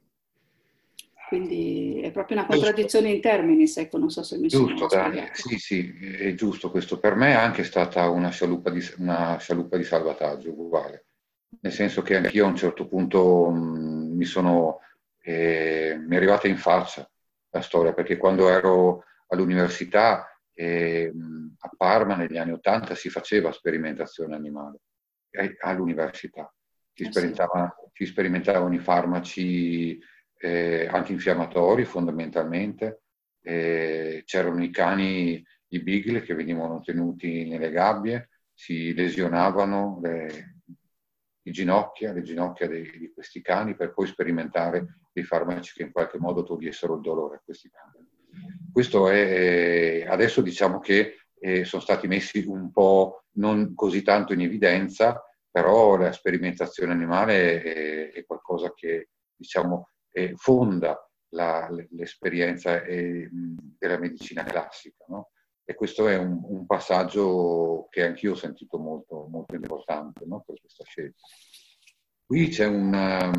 Quindi è proprio una contraddizione in termini, ecco, non so se mi sono spiegato. Sì, è giusto questo. Per me è anche stata una scialuppa di salvataggio uguale, nel senso che anch'io a un certo punto mi è arrivata in faccia la storia, perché quando ero all'università a Parma negli anni '80 si faceva sperimentazione animale all'università, si sperimentavano i farmaci antinfiammatori fondamentalmente, c'erano i cani, i beagle che venivano tenuti nelle gabbie, si lesionavano le ginocchia di questi cani per poi sperimentare dei farmaci che in qualche modo togliessero il dolore a questi cani. Questo adesso diciamo che sono stati messi un po' non così tanto in evidenza, però la sperimentazione animale è qualcosa che diciamo fonda l'esperienza della medicina classica, no? E questo è un passaggio che anch'io ho sentito molto, molto importante, no? Per questa scelta. Qui c'è una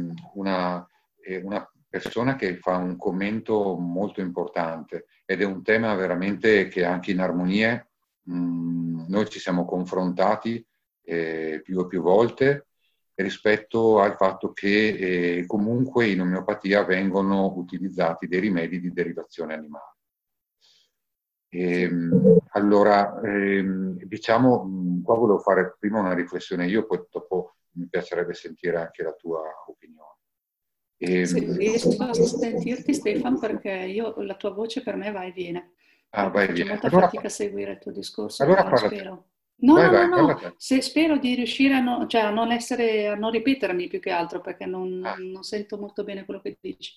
persona che fa un commento molto importante ed è un tema veramente che anche in Armonie noi ci siamo confrontati più e più volte rispetto al fatto che comunque in omeopatia vengono utilizzati dei rimedi di derivazione animale. Allora, diciamo, qua volevo fare prima una riflessione io, poi dopo mi piacerebbe sentire anche la tua opinione. Se riesco a sentirti, Stefano, perché la tua voce per me va e viene. Faccio molta fatica a seguire il tuo discorso, allora spero. No. Spero di riuscire a non ripetermi più che altro, perché non sento molto bene quello che dici.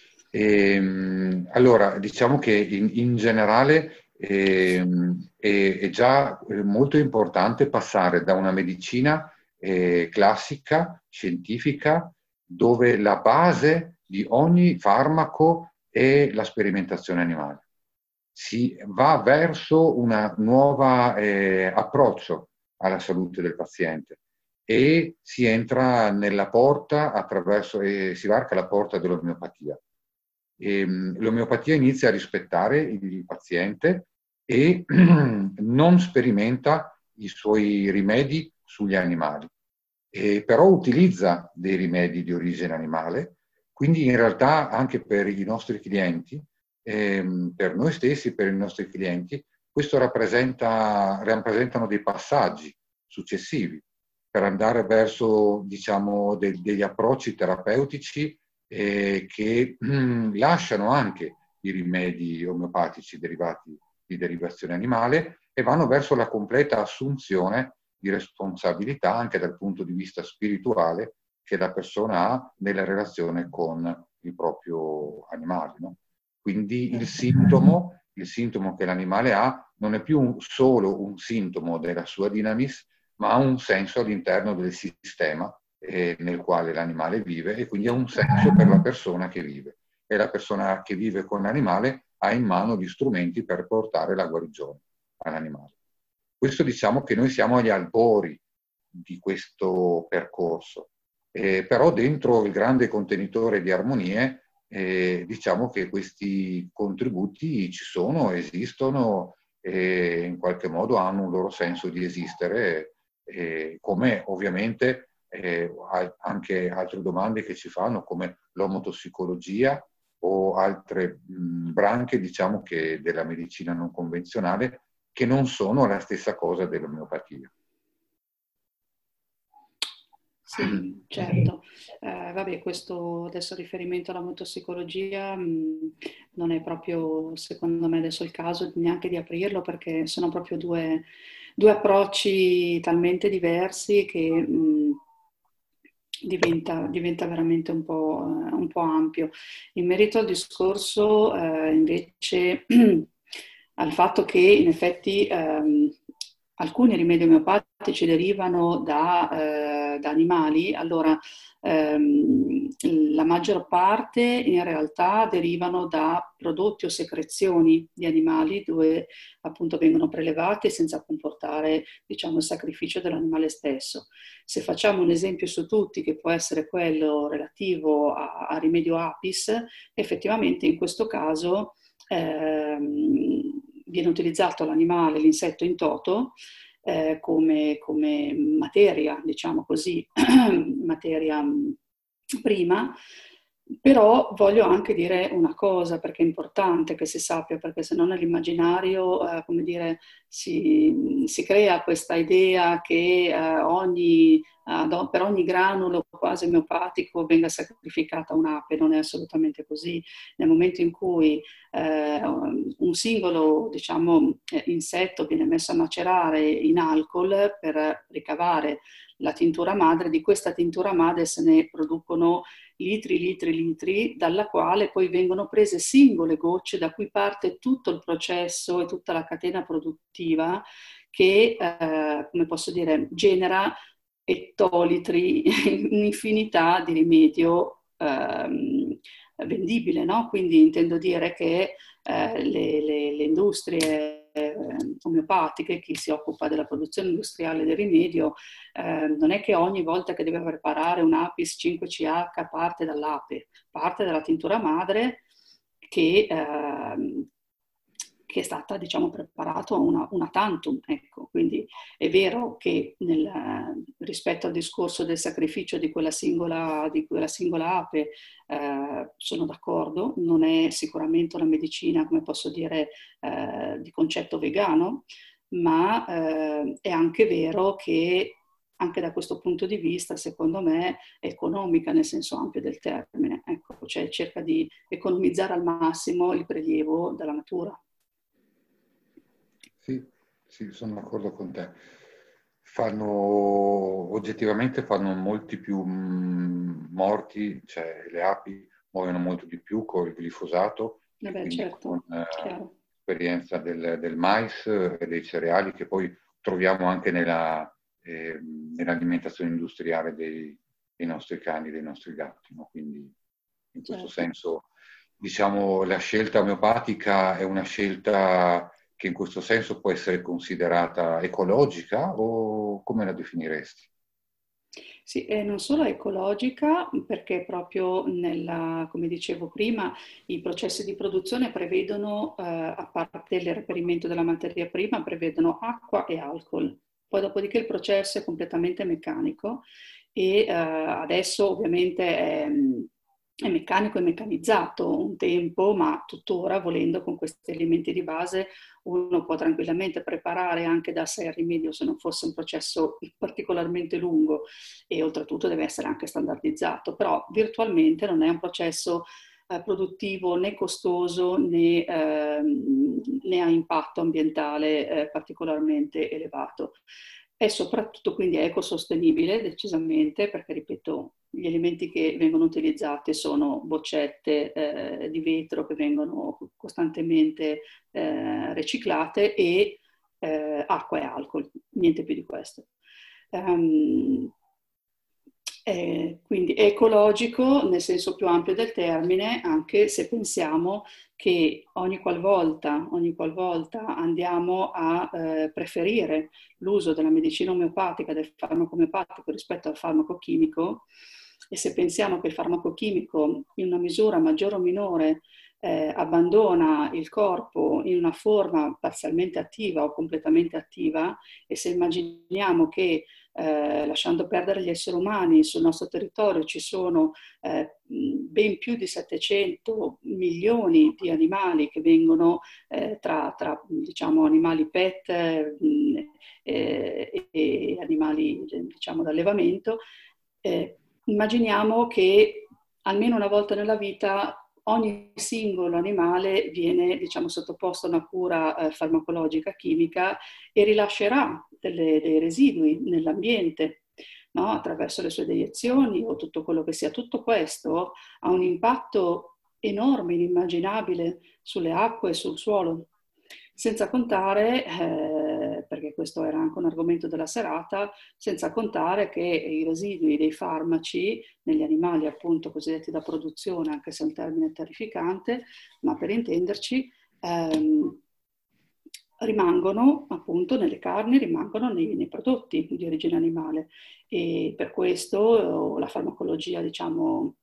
Allora, diciamo che in generale è già molto importante passare da una medicina classica, scientifica, dove la base di ogni farmaco è la sperimentazione animale. Si va verso un nuovo approccio alla salute del paziente e si entra nella porta si varca la porta dell'omeopatia. L'omeopatia inizia a rispettare il paziente e non sperimenta i suoi rimedi sugli animali, però utilizza dei rimedi di origine animale, quindi in realtà anche per i nostri clienti, per noi stessi, per i nostri clienti, questo rappresentano dei passaggi successivi per andare verso, diciamo, degli approcci terapeutici che lasciano anche i rimedi omeopatici derivati di derivazione animale e vanno verso la completa assunzione di responsabilità anche dal punto di vista spirituale che la persona ha nella relazione con il proprio animale, no? Quindi il sintomo che l'animale ha non è più solo un sintomo della sua dinamis, ma ha un senso all'interno del sistema nel quale l'animale vive e quindi ha un senso per la persona che vive. E la persona che vive con l'animale ha in mano gli strumenti per portare la guarigione all'animale. Questo diciamo che noi siamo agli albori di questo percorso, però dentro il grande contenitore di armonie diciamo che questi contributi ci sono, esistono e in qualche modo hanno un loro senso di esistere, come ovviamente anche altre domande che ci fanno come l'omotossicologia o altre branche diciamo che della medicina non convenzionale che non sono la stessa cosa dell'omeopatia. Sì, certo. Vabbè, questo adesso riferimento alla motossicologia non è proprio, secondo me, adesso il caso neanche di aprirlo perché sono proprio due approcci talmente diversi che diventa veramente un po' ampio. In merito al discorso, invece, al fatto che in effetti alcuni rimedi omeopatici derivano da animali, allora la maggior parte in realtà derivano da prodotti o secrezioni di animali dove appunto vengono prelevati senza comportare, diciamo, il sacrificio dell'animale stesso. Se facciamo un esempio su tutti, che può essere quello relativo a rimedio apis, effettivamente in questo caso viene utilizzato l'animale, l'insetto in toto, come materia, diciamo così, materia prima, però voglio anche dire una cosa, perché è importante che si sappia, perché se no nell'immaginario, come dire, si crea questa idea che per ogni granulo quasi omeopatico venga sacrificata un'ape, non è assolutamente così. Nel momento in cui un singolo, diciamo, insetto viene messo a macerare in alcol per ricavare la tintura madre, di questa tintura madre se ne producono litri, dalla quale poi vengono prese singole gocce da cui parte tutto il processo e tutta la catena produttiva che, come posso dire, genera ettolitri, un'infinità di rimedio vendibile, no? Quindi intendo dire che le industrie omeopatiche, chi si occupa della produzione industriale del rimedio, non è che ogni volta che deve preparare un Apis 5CH parte dall'ape, parte dalla tintura madre che è stata, diciamo, preparata una tantum, ecco. Quindi è vero che rispetto al discorso del sacrificio di quella singola ape, sono d'accordo, non è sicuramente una medicina, come posso dire, di concetto vegano, ma è anche vero che anche da questo punto di vista, secondo me, è economica nel senso ampio del termine, ecco, cioè cerca di economizzare al massimo il prelievo dalla natura. Sì, sono d'accordo con te. Oggettivamente fanno molti più morti, cioè le api muoiono molto di più con il glifosato, quindi certo, con l'esperienza del mais e dei cereali che poi troviamo anche nell'alimentazione industriale dei nostri cani, dei nostri gatti, no? Quindi in questo senso, diciamo, la scelta omeopatica è una scelta che in questo senso può essere considerata ecologica o come la definiresti? Sì, e non solo ecologica, perché proprio come dicevo prima, i processi di produzione prevedono, a parte il reperimento della materia prima, prevedono acqua e alcol. Poi dopodiché il processo è completamente meccanico e adesso ovviamente è meccanico e meccanizzato un tempo, ma tuttora volendo con questi elementi di base uno può tranquillamente preparare anche da sé il rimedio se non fosse un processo particolarmente lungo e oltretutto deve essere anche standardizzato, però virtualmente non è un processo produttivo né costoso né ha impatto ambientale particolarmente elevato. È soprattutto quindi ecosostenibile decisamente, perché ripeto, gli elementi che vengono utilizzati sono boccette di vetro che vengono costantemente riciclate e acqua e alcol, niente più di questo. Quindi è ecologico nel senso più ampio del termine, anche se pensiamo che ogni qualvolta andiamo a preferire l'uso della medicina omeopatica, del farmaco omeopatico rispetto al farmaco chimico, e se pensiamo che il farmaco chimico in una misura maggiore o minore abbandona il corpo in una forma parzialmente attiva o completamente attiva, e se immaginiamo che lasciando perdere gli esseri umani sul nostro territorio ci sono ben più di 700 milioni di animali che vengono tra diciamo animali pet e animali diciamo d'allevamento, immaginiamo che almeno una volta nella vita ogni singolo animale viene, diciamo, sottoposto a una cura farmacologica chimica e rilascerà dei residui nell'ambiente, no? Attraverso le sue deiezioni o tutto quello che sia. Tutto questo ha un impatto enorme, inimmaginabile sulle acque e sul suolo. Senza contare, perché questo era anche un argomento della serata, senza contare che i residui dei farmaci negli animali appunto cosiddetti da produzione, anche se è un termine terrificante, ma per intenderci, rimangono appunto nelle carni, rimangono nei prodotti di origine animale, e per questo la farmacologia diciamo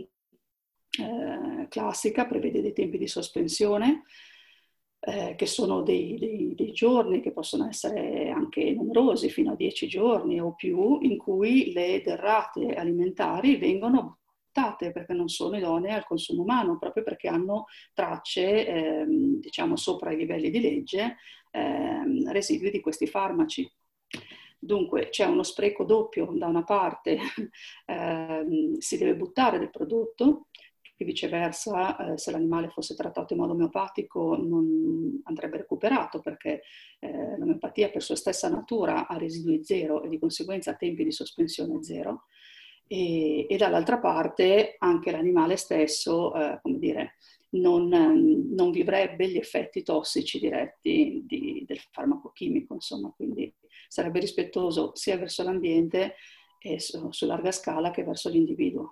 classica prevede dei tempi di sospensione che sono dei giorni, che possono essere anche numerosi, fino a 10 giorni o più, in cui le derrate alimentari vengono buttate perché non sono idonee al consumo umano, proprio perché hanno tracce, diciamo, sopra i livelli di legge, residui di questi farmaci. Dunque c'è uno spreco doppio: da una parte si deve buttare del prodotto, che viceversa se l'animale fosse trattato in modo omeopatico non andrebbe recuperato, perché l'omeopatia per sua stessa natura ha residui zero e di conseguenza ha tempi di sospensione zero, e dall'altra parte anche l'animale stesso, come dire, non vivrebbe gli effetti tossici diretti del farmaco chimico, insomma, quindi sarebbe rispettoso sia verso l'ambiente e su larga scala che verso l'individuo.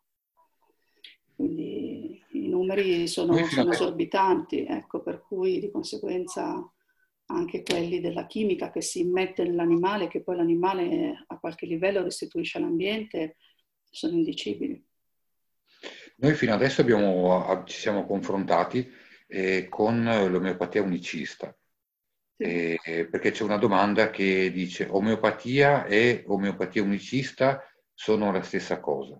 Quindi i numeri sono esorbitanti, ecco, per cui di conseguenza anche quelli della chimica che si immette nell'animale, che poi l'animale a qualche livello restituisce all'ambiente, sono indicibili. Noi fino adesso ci siamo confrontati con l'omeopatia unicista, sì. Perché c'è una domanda che dice: omeopatia e omeopatia unicista sono la stessa cosa?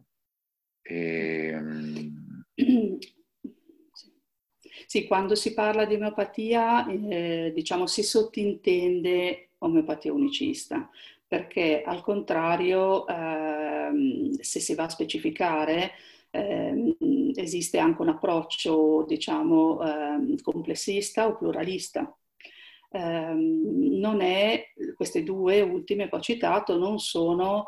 Sì, quando si parla di omeopatia diciamo si sottintende omeopatia unicista, perché al contrario se si va a specificare esiste anche un approccio diciamo complessista o pluralista. Non è, queste due ultime che ho citato non sono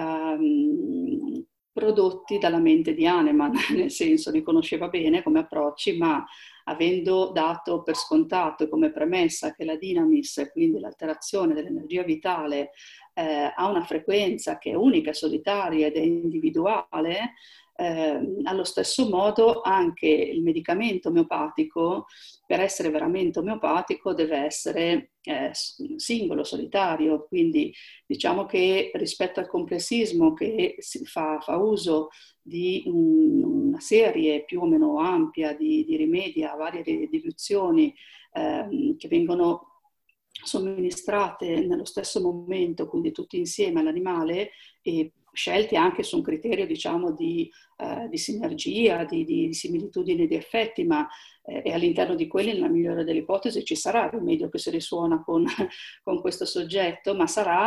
prodotti dalla mente di Hahnemann, nel senso li conosceva bene come approcci, ma avendo dato per scontato e come premessa che la dynamis, quindi l'alterazione dell'energia vitale, ha una frequenza che è unica, solitaria ed è individuale, allo stesso modo anche il medicamento omeopatico, per essere veramente omeopatico, deve essere singolo, solitario. Quindi diciamo che rispetto al complessismo che fa uso di una serie più o meno ampia di rimedi a varie diluzioni che vengono somministrate nello stesso momento, quindi tutti insieme all'animale, e scelti anche su un criterio diciamo di sinergia, di similitudine di effetti, ma e all'interno di quelli, nella migliore delle ipotesi, ci sarà il rimedio che si risuona con questo soggetto, ma sarà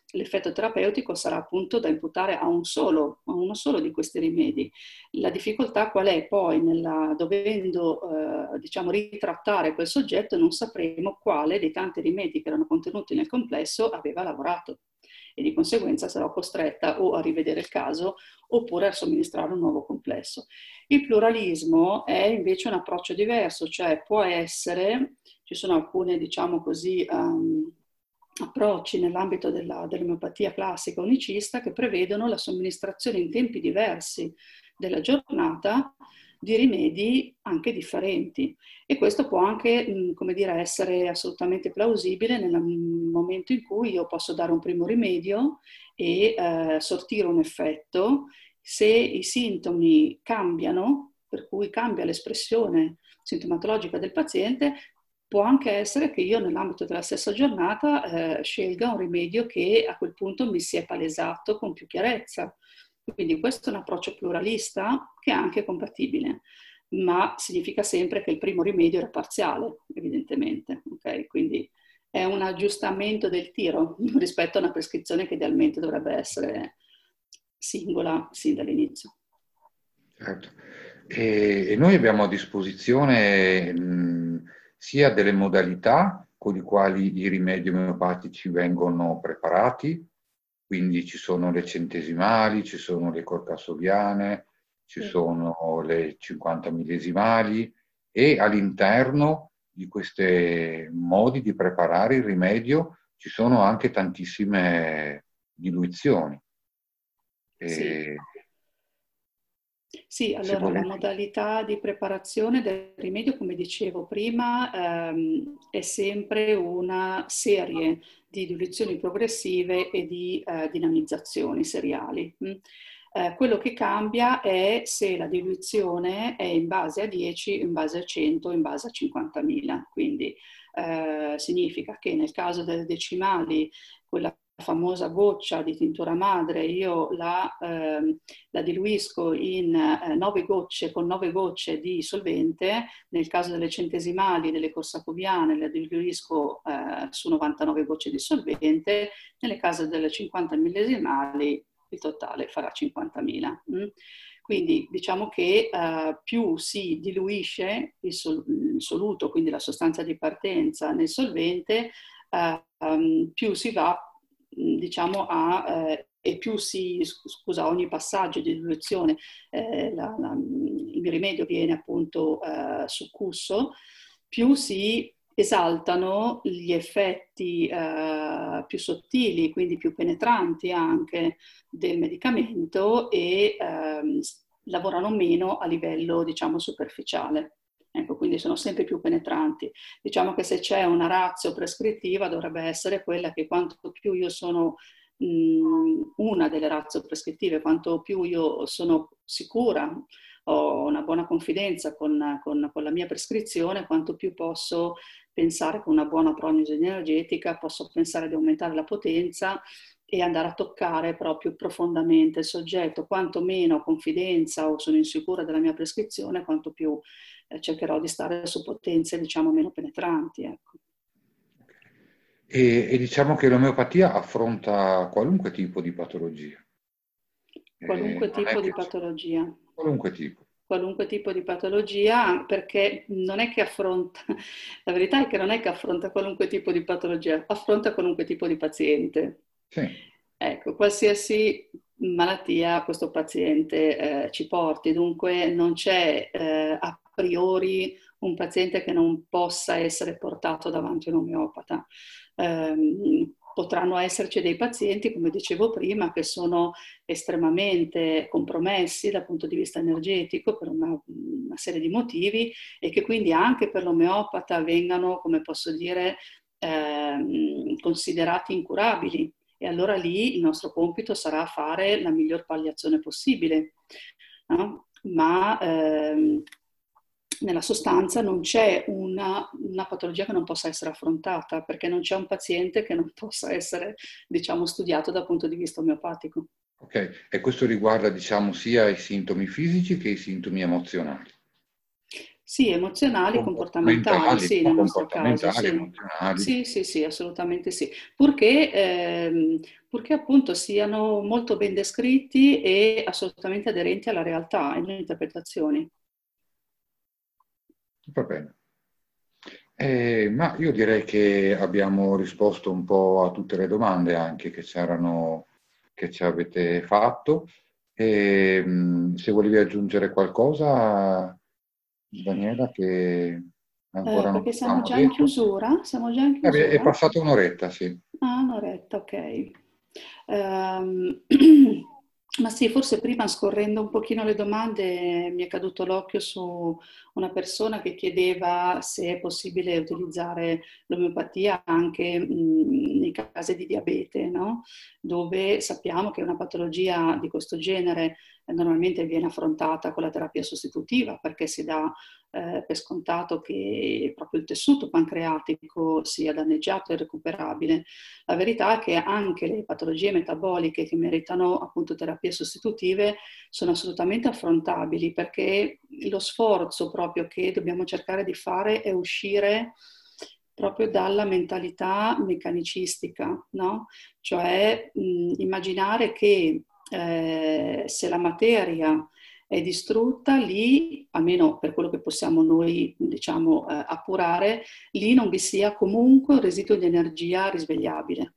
l'effetto terapeutico sarà appunto da imputare a uno solo di questi rimedi. La difficoltà qual è poi dovendo diciamo ritrattare quel soggetto, non sapremo quale dei tanti rimedi che erano contenuti nel complesso aveva lavorato e di conseguenza sarò costretta o a rivedere il caso oppure a somministrare un nuovo complesso. Il pluralismo è invece un approccio diverso, cioè può essere, ci sono alcune diciamo così approcci nell'ambito dell'omeopatia classica unicista che prevedono la somministrazione in tempi diversi della giornata di rimedi anche differenti e questo può anche, come dire, essere assolutamente plausibile nel momento in cui io posso dare un primo rimedio e sortire un effetto. Se i sintomi cambiano, per cui cambia l'espressione sintomatologica del paziente, può anche essere che io nell'ambito della stessa giornata scelga un rimedio che a quel punto mi si è palesato con più chiarezza. Quindi questo è un approccio pluralista che è anche compatibile, ma significa sempre che il primo rimedio era parziale, evidentemente. Okay? Quindi è un aggiustamento del tiro rispetto a una prescrizione che idealmente dovrebbe essere singola sin dall'inizio. Certo. E noi abbiamo a disposizione sia delle modalità con le quali i rimedi omeopatici vengono preparati, quindi ci sono le centesimali, ci sono le corcassoviane, ci sono le 50 millesimali e all'interno di questi modi di preparare il rimedio ci sono anche tantissime diluizioni. Sì. Sì, allora la modalità di preparazione del rimedio, come dicevo prima, è sempre una serie di diluizioni progressive e di dinamizzazioni seriali. Quello che cambia è se la diluizione è in base a 10, in base a 100, in base a 50.000. Quindi significa che nel caso delle decimali, quella famosa goccia di tintura madre, io la diluisco in 9 gocce con 9 gocce di solvente. Nel caso delle centesimali, delle corsacoviane, la diluisco su 99 gocce di solvente. Nelle case delle 50 millesimali il totale farà 50.000. Quindi diciamo che più si diluisce il soluto, quindi la sostanza di partenza nel solvente, più si va diciamo e più ogni passaggio di diluizione il rimedio viene appunto succusso, più si esaltano gli effetti più sottili, quindi più penetranti anche del medicamento e lavorano meno a livello diciamo superficiale. Ecco, quindi sono sempre più penetranti. Diciamo che se c'è una ratio prescrittiva dovrebbe essere quella che quanto più io sono una delle ratio prescrittive, quanto più io sono sicura, ho una buona confidenza con la mia prescrizione, quanto più posso pensare con una buona prognosi energetica, posso pensare di aumentare la potenza e andare a toccare proprio profondamente il soggetto. Quanto meno confidenza o sono insicura della mia prescrizione, quanto più cercherò di stare su potenze diciamo meno penetranti. Ecco. E diciamo che l'omeopatia affronta qualunque tipo di patologia. Qualunque tipo di patologia. Qualunque tipo. Qualunque tipo di patologia, perché non è che affronta, la verità è che non è che affronta qualunque tipo di patologia, affronta qualunque tipo di paziente. Sì. Ecco, qualsiasi malattia questo paziente ci porti, dunque non c'è a priori un paziente che non possa essere portato davanti a un omeopata. Potranno esserci dei pazienti, come dicevo prima, che sono estremamente compromessi dal punto di vista energetico per una serie di motivi e che quindi anche per l'omeopata vengano, come posso dire, considerati incurabili. E allora lì il nostro compito sarà fare la miglior palliazione possibile. No? Ma nella sostanza non c'è una patologia che non possa essere affrontata, perché non c'è un paziente che non possa essere, diciamo, studiato dal punto di vista omeopatico. Ok, e questo riguarda, diciamo, sia i sintomi fisici che i sintomi emozionali. Sì, emozionali, comportamentali, comportamentali, sì, no? nel nostro caso, Comportamentali, sì. emozionali. Sì, sì, sì, assolutamente sì. Purché appunto siano molto ben descritti e assolutamente aderenti alla realtà e alle interpretazioni. Va bene. Ma io direi che abbiamo risposto un po' a tutte le domande anche che c'erano, che ci avete fatto. Se volevi aggiungere qualcosa, Daniela, che ancora non Perché ti avevamo detto. siamo già in È chiusura. passata un'oretta, sì. Ah, un'oretta, ok. Ehm, ma sì, forse prima scorrendo un pochino le domande mi è caduto l'occhio su una persona che chiedeva se è possibile utilizzare l'omeopatia anche nei casi di diabete, no? Dove sappiamo che una patologia di questo genere normalmente viene affrontata con la terapia sostitutiva perché si dà per scontato che proprio il tessuto pancreatico sia danneggiato e recuperabile. La verità è che anche le patologie metaboliche che meritano appunto terapie sostitutive sono assolutamente affrontabili perché lo sforzo proprio che dobbiamo cercare di fare è uscire proprio dalla mentalità meccanicistica, no? Cioè immaginare che se la materia è distrutta, lì, almeno per quello che possiamo noi, diciamo, appurare, lì non vi sia comunque un residuo di energia risvegliabile.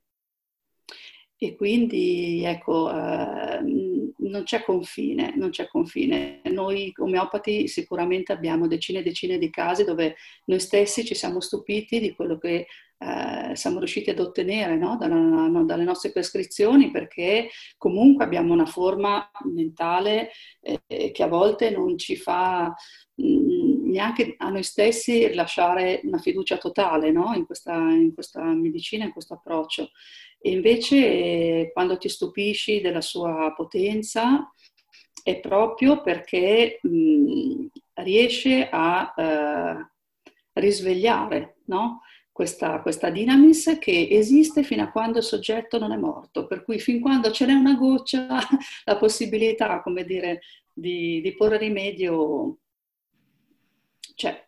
E quindi, ecco, non c'è confine, non c'è confine. Noi omeopati sicuramente abbiamo decine e decine di casi dove noi stessi ci siamo stupiti di quello che siamo riusciti ad ottenere, no? Dalle nostre prescrizioni, perché comunque abbiamo una forma mentale che a volte non ci fa neanche a noi stessi rilasciare una fiducia totale, no? In questa medicina, in questo approccio. E invece quando ti stupisci della sua potenza è proprio perché riesce a risvegliare, no? Questa dynamis che esiste fino a quando il soggetto non è morto, per cui fin quando ce n'è una goccia la possibilità, come dire, di porre rimedio c'è.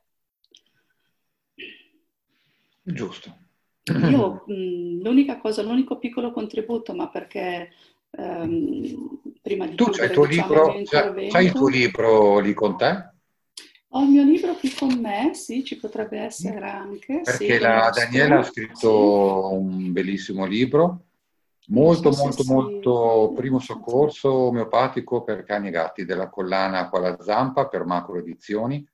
Giusto. Io l'unica cosa, l'unico piccolo contributo, ma perché prima di Tu c'hai il chiudere tuo diciamo il mio libro, c'hai il tuo intervento, libro lì con te? ho il mio libro qui con me, sì, ci potrebbe Sì. essere anche, sì, Perché lo la Daniela ha mostro, sì, scritto un bellissimo libro, non molto, so se molto, si molto vede primo abbastanza. soccorso omeopatico per cani e gatti della collana Acqua alla Zampa per Macro Edizioni.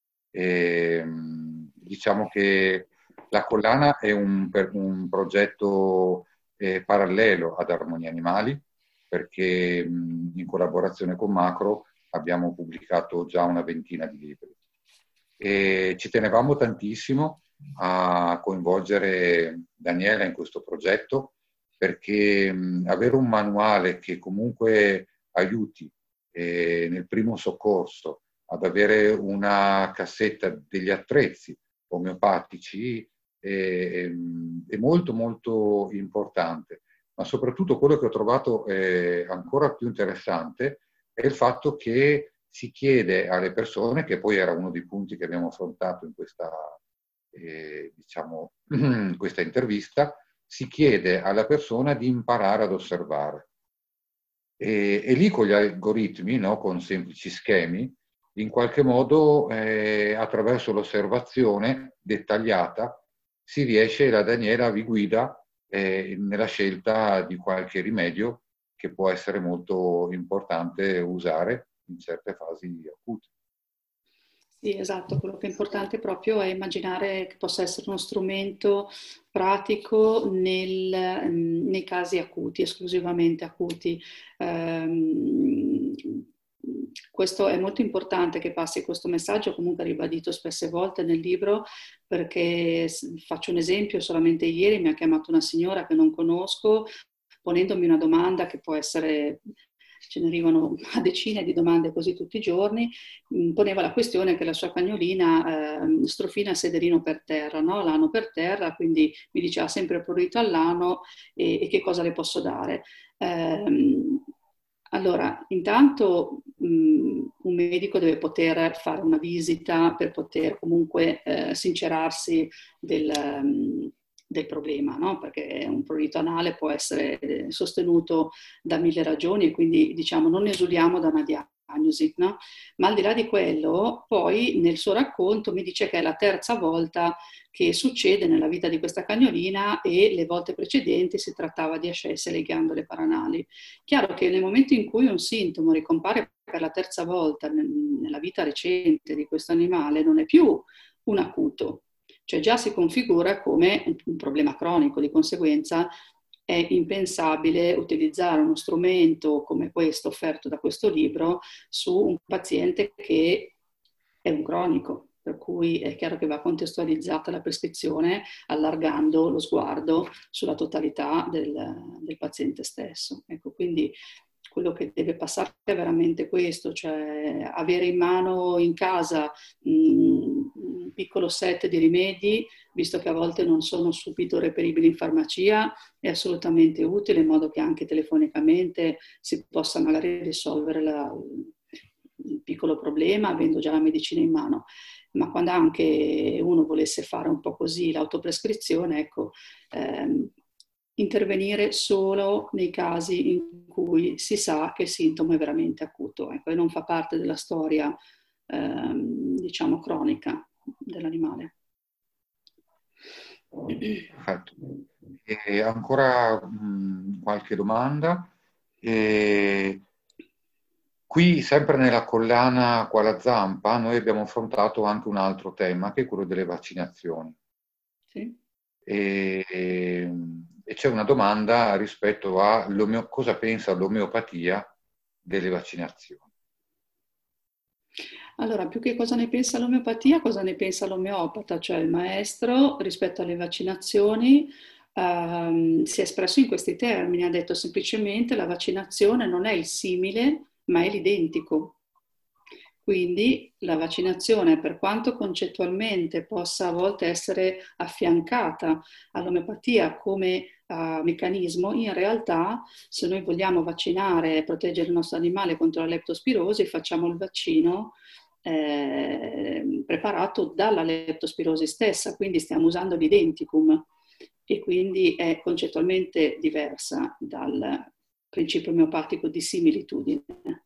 Diciamo che la collana è un progetto parallelo ad Armonia Animali, perché in collaborazione con Macro abbiamo pubblicato già una ventina di libri. E ci tenevamo tantissimo a coinvolgere Daniela in questo progetto perché avere un manuale che comunque aiuti nel primo soccorso ad avere una cassetta degli attrezzi omeopatici è molto molto importante, ma soprattutto quello che ho trovato ancora più interessante è il fatto che si chiede alle persone, che poi era uno dei punti che abbiamo affrontato in questa, diciamo, in questa intervista, si chiede alla persona di imparare ad osservare. E lì con gli algoritmi, no, con semplici schemi, in qualche modo attraverso l'osservazione dettagliata si riesce, la Daniela vi guida nella scelta di qualche rimedio che può essere molto importante usare in certe fasi acute. Sì, esatto, quello che è importante proprio è immaginare che possa essere uno strumento pratico nei casi acuti, esclusivamente acuti. Ehm, Questo è molto importante che passi questo messaggio, comunque ribadito spesse volte nel libro, perché faccio un esempio, solamente ieri mi ha chiamato una signora che non conosco, ponendomi una domanda che può essere, ce ne arrivano a decine di domande così tutti i giorni, poneva la questione che la sua cagnolina strofina il sederino per terra, no? L'ano per terra, quindi mi diceva sempre prurito all'ano e che cosa le posso dare. Allora, intanto un medico deve poter fare una visita per poter comunque sincerarsi del problema, no? Perché un prurito anale può essere sostenuto da mille ragioni e quindi diciamo non esuliamo da una diagnosi, no? Ma al di là di quello, poi nel suo racconto mi dice che è la terza volta che succede nella vita di questa cagnolina e le volte precedenti si trattava di ascesse alle ghiandole paranali. Chiaro che nel momento in cui un sintomo ricompare per la terza volta nella vita recente di questo animale non è più un acuto, cioè già si configura come un problema cronico, di conseguenza è impensabile utilizzare uno strumento come questo offerto da questo libro su un paziente che è un cronico, per cui è chiaro che va contestualizzata la prescrizione allargando lo sguardo sulla totalità del paziente stesso. Ecco, quindi quello che deve passare è veramente questo, cioè avere in mano in casa un piccolo set di rimedi, visto che a volte non sono subito reperibili in farmacia, è assolutamente utile in modo che anche telefonicamente si possa magari risolvere il piccolo problema avendo già la medicina in mano. Ma quando anche uno volesse fare un po' così l'autoprescrizione, ecco, intervenire solo nei casi in cui si sa che il sintomo è veramente acuto, ecco, e non fa parte della storia, diciamo, cronica dell'animale. Perfetto. E ancora qualche domanda? Qui, sempre nella collana Qua la Zampa, noi abbiamo affrontato anche un altro tema, che è quello delle vaccinazioni. Sì. E c'è una domanda rispetto a cosa pensa l'omeopatia delle vaccinazioni. Allora, più che cosa ne pensa l'omeopatia, cosa ne pensa l'omeopata, cioè il maestro rispetto alle vaccinazioni si è espresso in questi termini, ha detto semplicemente la vaccinazione non è il simile, ma è l'identico. Quindi la vaccinazione, per quanto concettualmente possa a volte essere affiancata all'omeopatia come meccanismo, in realtà se noi vogliamo vaccinare e proteggere il nostro animale contro la leptospirosi, facciamo il vaccino preparato dalla leptospirosi stessa, quindi stiamo usando l'identicum e quindi è concettualmente diversa dal principio omeopatico di similitudine.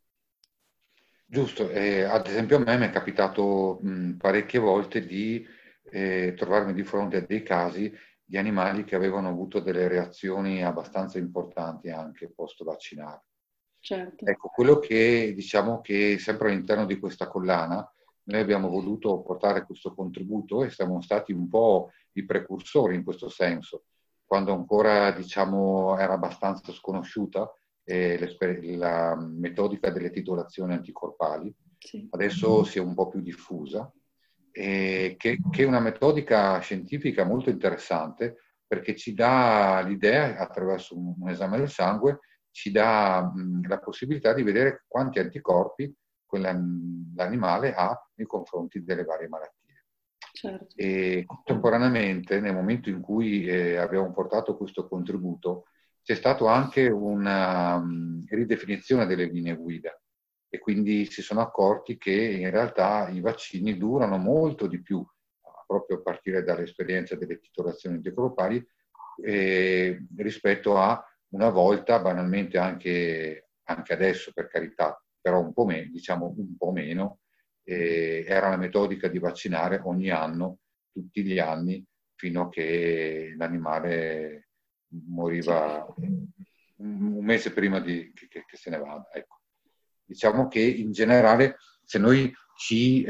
Giusto, ad esempio a me mi è capitato parecchie volte di trovarmi di fronte a dei casi di animali che avevano avuto delle reazioni abbastanza importanti anche post-vaccinali. Certo. Ecco, quello che diciamo che sempre all'interno di questa collana noi abbiamo voluto portare questo contributo e siamo stati un po' i precursori in questo senso, quando ancora diciamo era abbastanza sconosciuta la metodica delle titolazioni anticorpali, Sì. adesso si è un po' più diffusa, che è una metodica scientifica molto interessante perché ci dà l'idea, attraverso un esame del sangue, ci dà la possibilità di vedere quanti anticorpi l'animale ha nei confronti delle varie malattie. Certo. E contemporaneamente, nel momento in cui abbiamo portato questo contributo, c'è stata anche una ridefinizione delle linee guida e quindi si sono accorti che in realtà i vaccini durano molto di più, proprio a partire dall'esperienza delle titolazioni anticorpali, rispetto a una volta, banalmente anche adesso per carità, però un po' meno, diciamo un po' meno, era la metodica di vaccinare ogni anno, tutti gli anni, fino a che l'animale moriva un mese prima che se ne vada. Ecco. Diciamo che in generale, se noi ci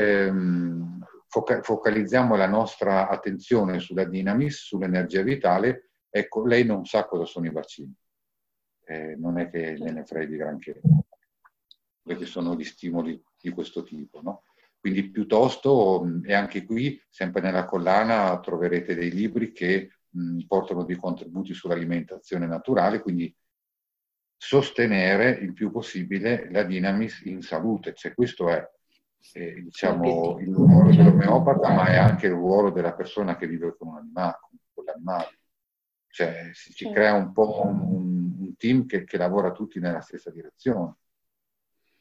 focalizziamo la nostra attenzione sulla Dynamis, sull'energia vitale, ecco, lei non sa cosa sono i vaccini. Non è che ne freghi granché, perché sono gli stimoli di questo tipo, no? Quindi piuttosto, e anche qui, sempre nella collana, troverete dei libri che portano dei contributi sull'alimentazione naturale, quindi sostenere il più possibile la Dynamis in salute. Cioè, questo è diciamo, il ruolo dell'omeopata, ma è anche il ruolo della persona che vive con l'animale. Cioè, si crea un po' un team che lavora tutti nella stessa direzione.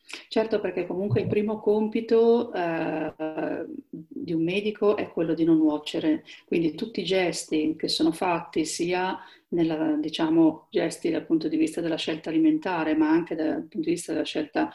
Certo, perché comunque il primo compito di un medico è quello di non nuocere, quindi tutti i gesti che sono fatti sia diciamo, gesti dal punto di vista della scelta alimentare, ma anche dal punto di vista della scelta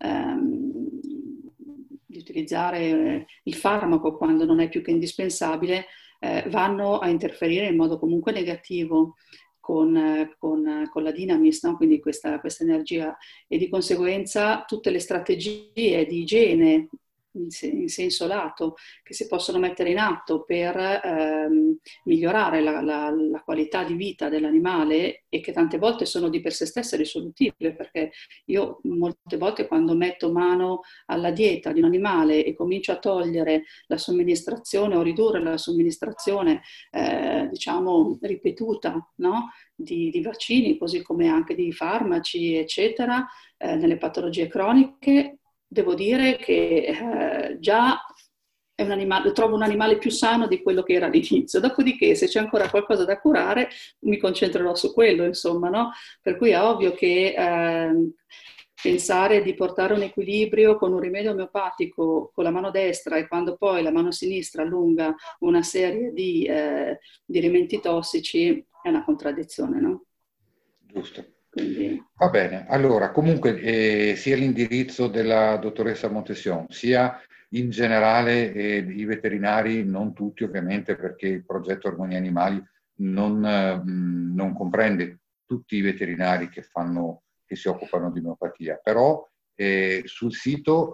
di utilizzare il farmaco quando non è più che indispensabile, vanno a interferire in modo comunque negativo con la Dynamis, no? Quindi questa energia, e di conseguenza tutte le strategie di igiene in senso lato che si possono mettere in atto per migliorare la qualità di vita dell'animale, e che tante volte sono di per sé stesse risolutive, perché io molte volte quando metto mano alla dieta di un animale e comincio a togliere la somministrazione o ridurre la somministrazione diciamo ripetuta, no? Di vaccini, così come anche di farmaci, eccetera, nelle patologie croniche, devo dire che già è un animale, trovo un animale più sano di quello che era all'inizio. Dopodiché, se c'è ancora qualcosa da curare, mi concentrerò su quello, insomma, no? Per cui è ovvio che pensare di portare un equilibrio con un rimedio omeopatico con la mano destra, e quando poi la mano sinistra allunga una serie di elementi tossici, è una contraddizione, no? Giusto. Quindi, Va bene, allora comunque sia l'indirizzo della dottoressa Montesion, sia in generale i veterinari, non tutti ovviamente, perché il progetto Armonia Animali non comprende tutti i veterinari che si occupano di omeopatia, però sul sito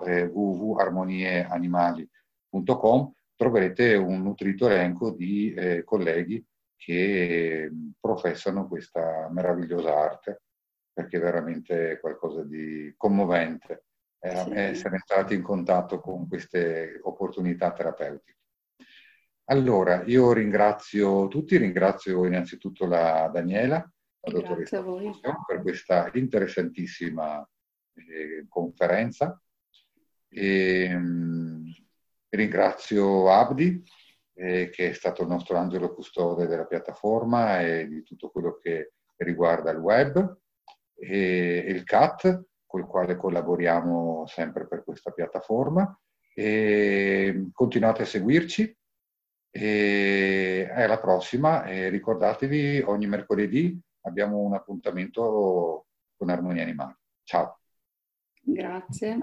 www.armonieanimali.com troverete un nutrito elenco di colleghi che professano questa meravigliosa arte, perché è veramente qualcosa di commovente sì. essere entrati in contatto con queste opportunità terapeutiche. Allora, io ringrazio tutti, ringrazio innanzitutto la Daniela, la Grazie a dottoressa voi. per questa interessantissima conferenza. Ringrazio Abdi, che è stato il nostro angelo custode della piattaforma e di tutto quello che riguarda il web, e il CAT, col quale collaboriamo sempre per questa piattaforma. E continuate a seguirci e alla prossima. E ricordatevi, ogni mercoledì abbiamo un appuntamento con Armonia Animali. Ciao. Grazie.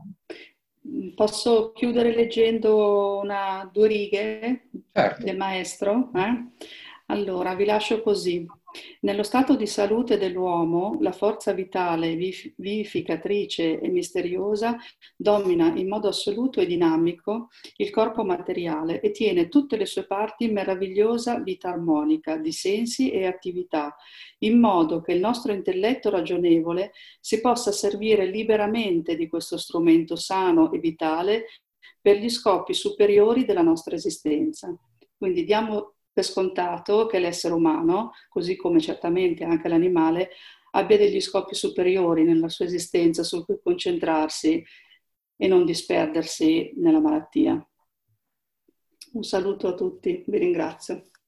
Posso chiudere leggendo due righe Certo. del maestro? Allora, vi lascio così. Nello stato di salute dell'uomo, la forza vitale, vivificatrice e misteriosa domina in modo assoluto e dinamico il corpo materiale e tiene tutte le sue parti in meravigliosa vita armonica di sensi e attività, in modo che il nostro intelletto ragionevole si possa servire liberamente di questo strumento sano e vitale per gli scopi superiori della nostra esistenza. Quindi diamo per scontato che l'essere umano, così come certamente anche l'animale, abbia degli scopi superiori nella sua esistenza su cui concentrarsi e non disperdersi nella malattia. Un saluto a tutti, vi ringrazio.